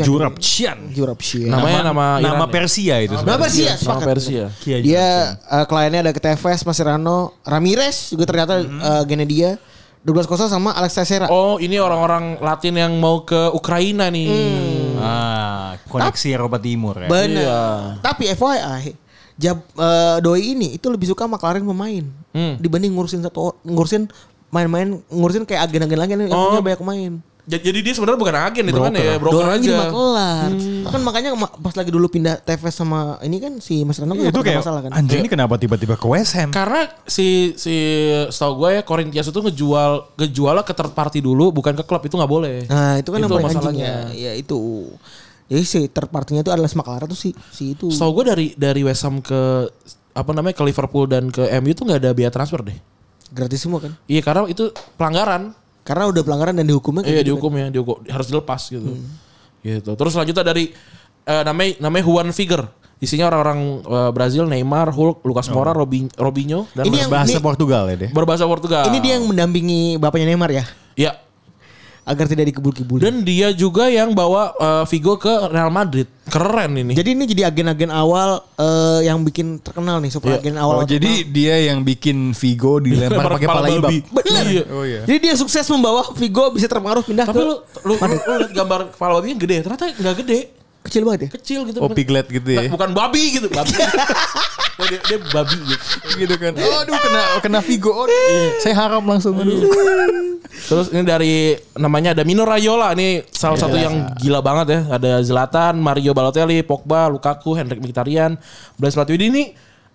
Nama Persia itu. Nama Persia. Nama Persia. Dia kliennya ada Tevez, Mascherano, Ramirez juga ternyata gennya dia. Douglas Costa sama Alex Teixeira. Oh, ini orang-orang Latin yang mau ke Ukraina nih. Koneksi Eropa Timur ya. Benar. Iya. Tapi FYI, Doi ini itu lebih suka maklarin pemain dibanding ngurusin main-main, ngurusin kayak agen-agen lagi yang punya banyak pemain. Jadi dia sebenarnya bukan agen itu kan ya, broker aja. maklar. Kan makanya pas lagi dulu pindah Tevez sama ini kan si Mas Rano kan itu kayak masalah kan. Anjing ini kenapa tiba-tiba ke West Ham? Karena si setahu gue ya Corinthians itu ngejual ke third party dulu bukan ke klub, itu nggak boleh. Nah, itu kan yang paling masalahnya. Ya itu. Jadi si third party-nya itu adalah maklar tuh si itu. Setahu gue dari West Ham ke ke Liverpool dan ke MU tuh nggak ada biaya transfer deh. Gratis semua kan? Iya, karena itu pelanggaran. Karena udah pelanggaran dan dihukumnya. Iya, dihukumnya, harus dilepas gitu. Gitu. Terus selanjutnya dari namanya Juan Figuer. Isinya orang-orang Brazil, Neymar, Hulk, Lucas Moura, Robinho dan berbahasa Portugal ya deh. Berbahasa Portugal. Ini dia yang mendampingi bapaknya Neymar ya? Iya. Agar tidak dikebul-kebul. Dan dia juga yang bawa Figo ke Real Madrid. Keren ini. Jadi ini jadi agen-agen awal yang bikin terkenal nih, super agen awal. Jadi dia yang bikin Figo dilempar pakai pala babi. Benar. Iya. Oh iya. Jadi dia sukses membawa Figo bisa terpengaruh pindah Tapi ke lu lihat gambar kepala babinya gede. Ternyata nggak gede. kecil banget ya? Kecil gitu. Oh, piglet gitu ya. Bukan babi gitu. Babi. dia babi gitu. Gitu kan. Oh, aduh kena Figo. Oh, saya haram langsung. Terus ini dari namanya ada Mino Raiola, ini salah satu yang gila banget ya. Ada Zlatan, Mario Balotelli, Pogba, Lukaku, Henrik Mkhitaryan, Blaise Matuidi. Ini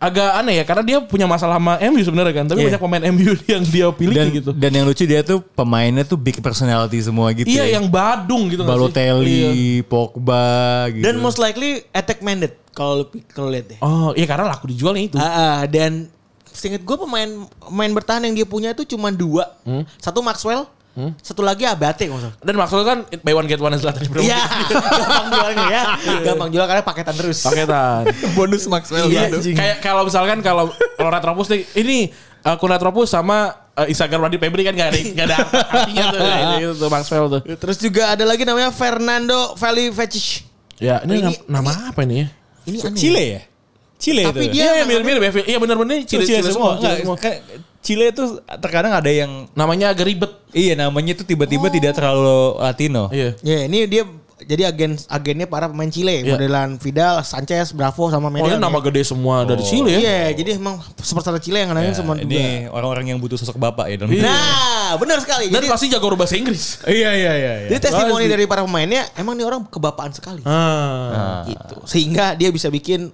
agak aneh ya karena dia punya masalah sama MU sebenarnya kan, tapi banyak pemain MU yang dia pilih gitu. Dan yang lucu dia tuh pemainnya tuh big personality semua gitu. Iya, yang Badung gitu. Balotelli, Pogba gitu. Dan most likely attack minded kalau lihat deh. Oh, iya karena laku dijualnya itu. Dan seinget gue pemain bertahan yang dia punya itu cuma 2. Satu Maxwell, satu lagi Abate kalau salah. Dan maksudnya kan buy one get one Zlatan Ibrahimovic. Iya, gampang jualnya ya. Gampang jual karena paketan terus. Paketan. bonus Maxwell Iya, gitu. kayak kalau misalkan kalau Retropus nih, ini akun Retropus sama Instagram Radit Febri kan gak ada artinya tuh. Itu Maxwell tuh. Terus juga ada lagi namanya Fernando Velivecic. Ya, ini nama apa ini ya? Ini aneh. Chile ya? Chile Tapi itu. dia mirip-mirip ya. Iya benar-benar Chile semua. Chile itu terkadang ada yang Namanya agak ribet. iya namanya itu tiba-tiba tidak terlalu Latino. Iya. Ya, ini dia jadi agennya para pemain Chile, modelan Vidal, Sanchez, Bravo sama Oh, Medel. ini nama gede semua dari Chile ya. Iya, jadi emang superstar Chile yang ngenalin semua juga. Ini orang-orang yang butuh sosok bapak ya dalam Nah, benar sekali. Dan Jadi pasti jago bahasa Inggris. Iya. jadi testimoni dari para pemainnya emang nih orang kebapaan sekali. Gitu. Sehingga dia bisa bikin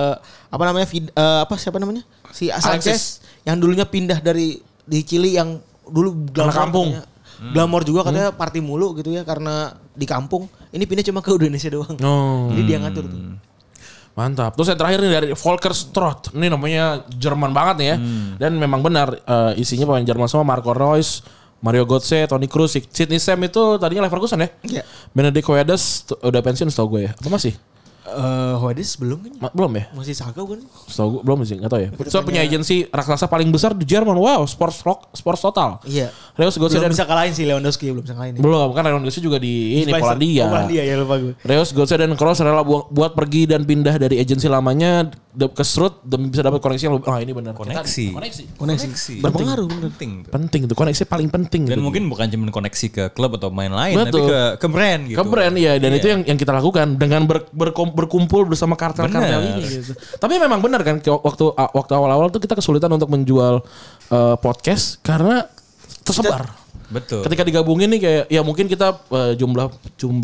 siapa namanya? Si Sanchez yang dulunya pindah di Chili yang dulu Anak kampung. Glamor juga katanya party mulu gitu ya karena di kampung. Ini pindah cuma ke Indonesia doang. Jadi dia ngatur tuh. Mantap. Terus yang terakhir nih dari Volker Stroth. Ini namanya Jerman banget nih ya. Dan memang benar isinya pemain Jerman semua. Marco Reus, Mario Götze, Toni Kroos, Sidney Sam itu tadinya Leverkusen ya. Iya. Benedict Hoedes udah pensiun setahu gue ya. Apa masih? Hoedes belum kan? Belum ya? Masih Saka kan? Setahu gue belum sih, enggak tahu ya. So punya agensi raksasa paling besar di Jerman. Wow, Sports Total. Iya. Reus Götze Belum dan bisa kalahin si Lewandowski, belum bisa kalahin. belum kan Lewandowski juga di ini Polandia. Polandia ya lupa gue. Reus Götze dan Kroos rela buat pergi dan pindah dari agensi lamanya ke Stroot demi bisa dapat koneksi yang lebih. Oh, ini benar. Koneksi. Koneksi. Berpengaruh bener. Penting tuh, koneksi paling penting. Dan gitu. mungkin bukan cuma koneksi ke klub atau main lain, Betul. tapi ke brand gitu. Ke brand ya, dan itu yang kita lakukan dengan berkumpul bersama kartel-kartel Bener. ini gitu. Tapi memang benar kan waktu awal-awal tuh kita kesulitan untuk menjual podcast karena tersebar. Betul. Ketika digabungin nih kayak ya mungkin kita jumlah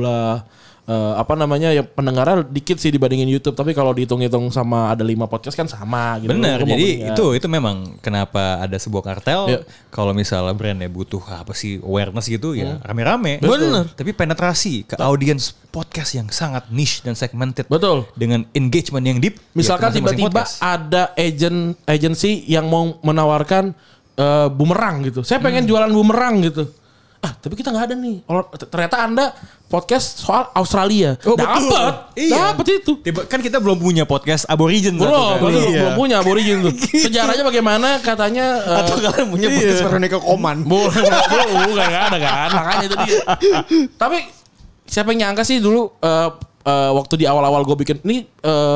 ya pendengarnya dikit sih dibandingin YouTube, tapi kalau dihitung-hitung sama ada 5 podcast kan sama gitu. Bener, jadi itu memang kenapa ada sebuah kartel. Iya. Kalau misalnya brandnya butuh apa sih awareness gitu ya rame-rame. Bener. Tapi penetrasi ke audiens podcast yang sangat niche dan segmented. Betul. Dengan engagement yang deep. Misalkan ya, masing-masing tiba-tiba podcast. ada agensi yang mau menawarkan bumerang gitu. Saya pengen jualan bumerang gitu. Tapi kita nggak ada nih. Ternyata Anda podcast soal Australia. Oh, betul. Iya. Dapat itu. Kan kita belum punya podcast Aborigin. Belum punya Aborigin tuh. Sejarahnya bagaimana katanya. Atau kalian punya podcast Veronica Koman. Bukan nggak ada kan. Makanya itu dia. Tapi siapa yang nyangka sih dulu waktu di awal-awal gue bikin ini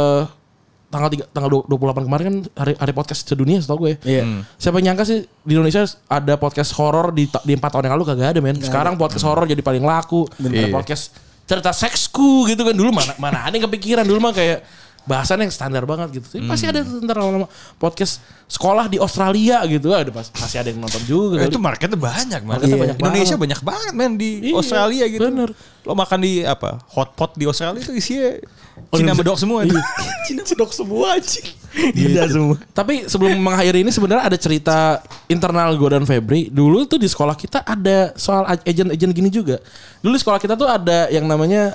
tanggal 28 kemarin kan hari podcast sedunia setahu gue. Iya. Siapa yang nyangka sih di Indonesia ada podcast horor di 4 tahun yang lalu kagak ada men. Sekarang podcast horor jadi paling laku. Ada podcast cerita seksku gitu kan, dulu mana ada yang kepikiran, dulu mah kayak bahasan yang standar banget gitu. Tapi pasti ada ntar lama-lama podcast sekolah di Australia gitu. Pasti ada yang nonton juga. Itu marketnya banyak, banyak Indonesia banyak banget men di Australia gitu. Bener. Lo makan di hotpot di Australia itu isinya Cina bedok semua. Cina bedok semua anjing. Gila semua. Tapi sebelum mengakhiri ini sebenarnya ada cerita internal gue dan Febri. Dulu tuh di sekolah kita ada soal agent gini juga. Dulu di sekolah kita tuh ada yang namanya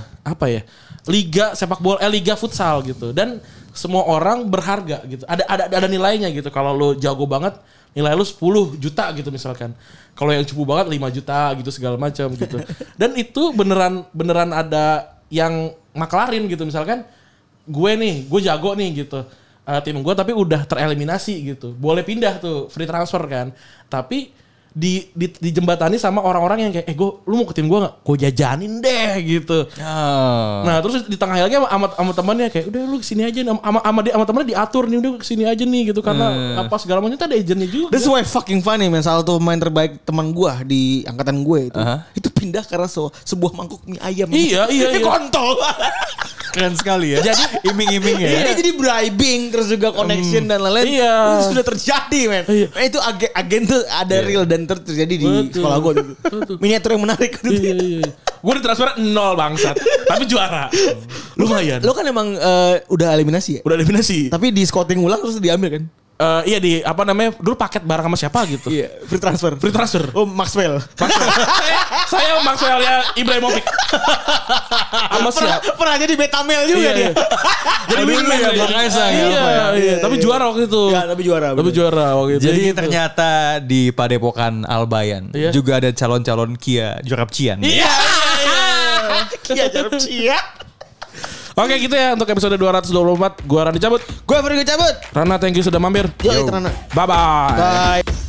liga sepak bola, liga futsal gitu. Dan semua orang berharga gitu. Ada nilainya gitu. Kalau lo jago banget, nilai lo 10 juta gitu misalkan. Kalau yang cupu banget 5 juta gitu segala macam gitu. Dan itu beneran ada yang maklarin gitu, misalkan gue jago nih gitu. Tim gue tapi udah tereliminasi gitu. Boleh pindah tuh, free transfer kan. Tapi dijembatani sama orang-orang yang kayak lu mau ke tim gue gak? Gue jajanin deh gitu. Nah terus di tengah lagi sama temannya kayak udah lu kesini aja sama temannya diatur nih, udah kesini aja nih gitu karena apa segala macam itu ada agentnya juga. That's why fucking funny man. Salah satu pemain terbaik teman gue di angkatan gue itu pindah karena sebuah mangkuk mie ayam. Iya. Kontol. Keren sekali ya. Jadi iming-iming ya. Ini jadi bribing terus juga connection dan lain-lain. Iya. Itu sudah terjadi men. Itu agen tuh ada real dan terjadi di sekolah gue dulu. Miniatur yang menarik. Iya. Gue ditransfer 0 bangsat, tapi juara. Lumayan. Lo kan emang udah eliminasi ya? Udah eliminasi. Tapi di scouting ulang terus diambil kan? Iya di apa namanya? Dulu paket bareng sama siapa gitu. Iya, free transfer. Free transfer. Oh, Maxwell. Saya Maxwell ya Ibrahimovic. Sama siapa? Pernah jadi Betamel juga Iya, dia. iya. Jadi wingman ya Bang Kaisang. Iya. Tapi juara waktu itu. Ya, tapi juara. Tapi juara waktu itu. Jadi Gitu. ternyata di Padepokan Albayan Iya. juga ada calon-calon Kia Jorapcian. Iya. Iya, jarum cia. Oke gitu ya untuk episode 224. Gua Rani cabut. Gue Ferry cabut. Rana thank you sudah mampir. Yo, Rana. Bye-bye. Bye.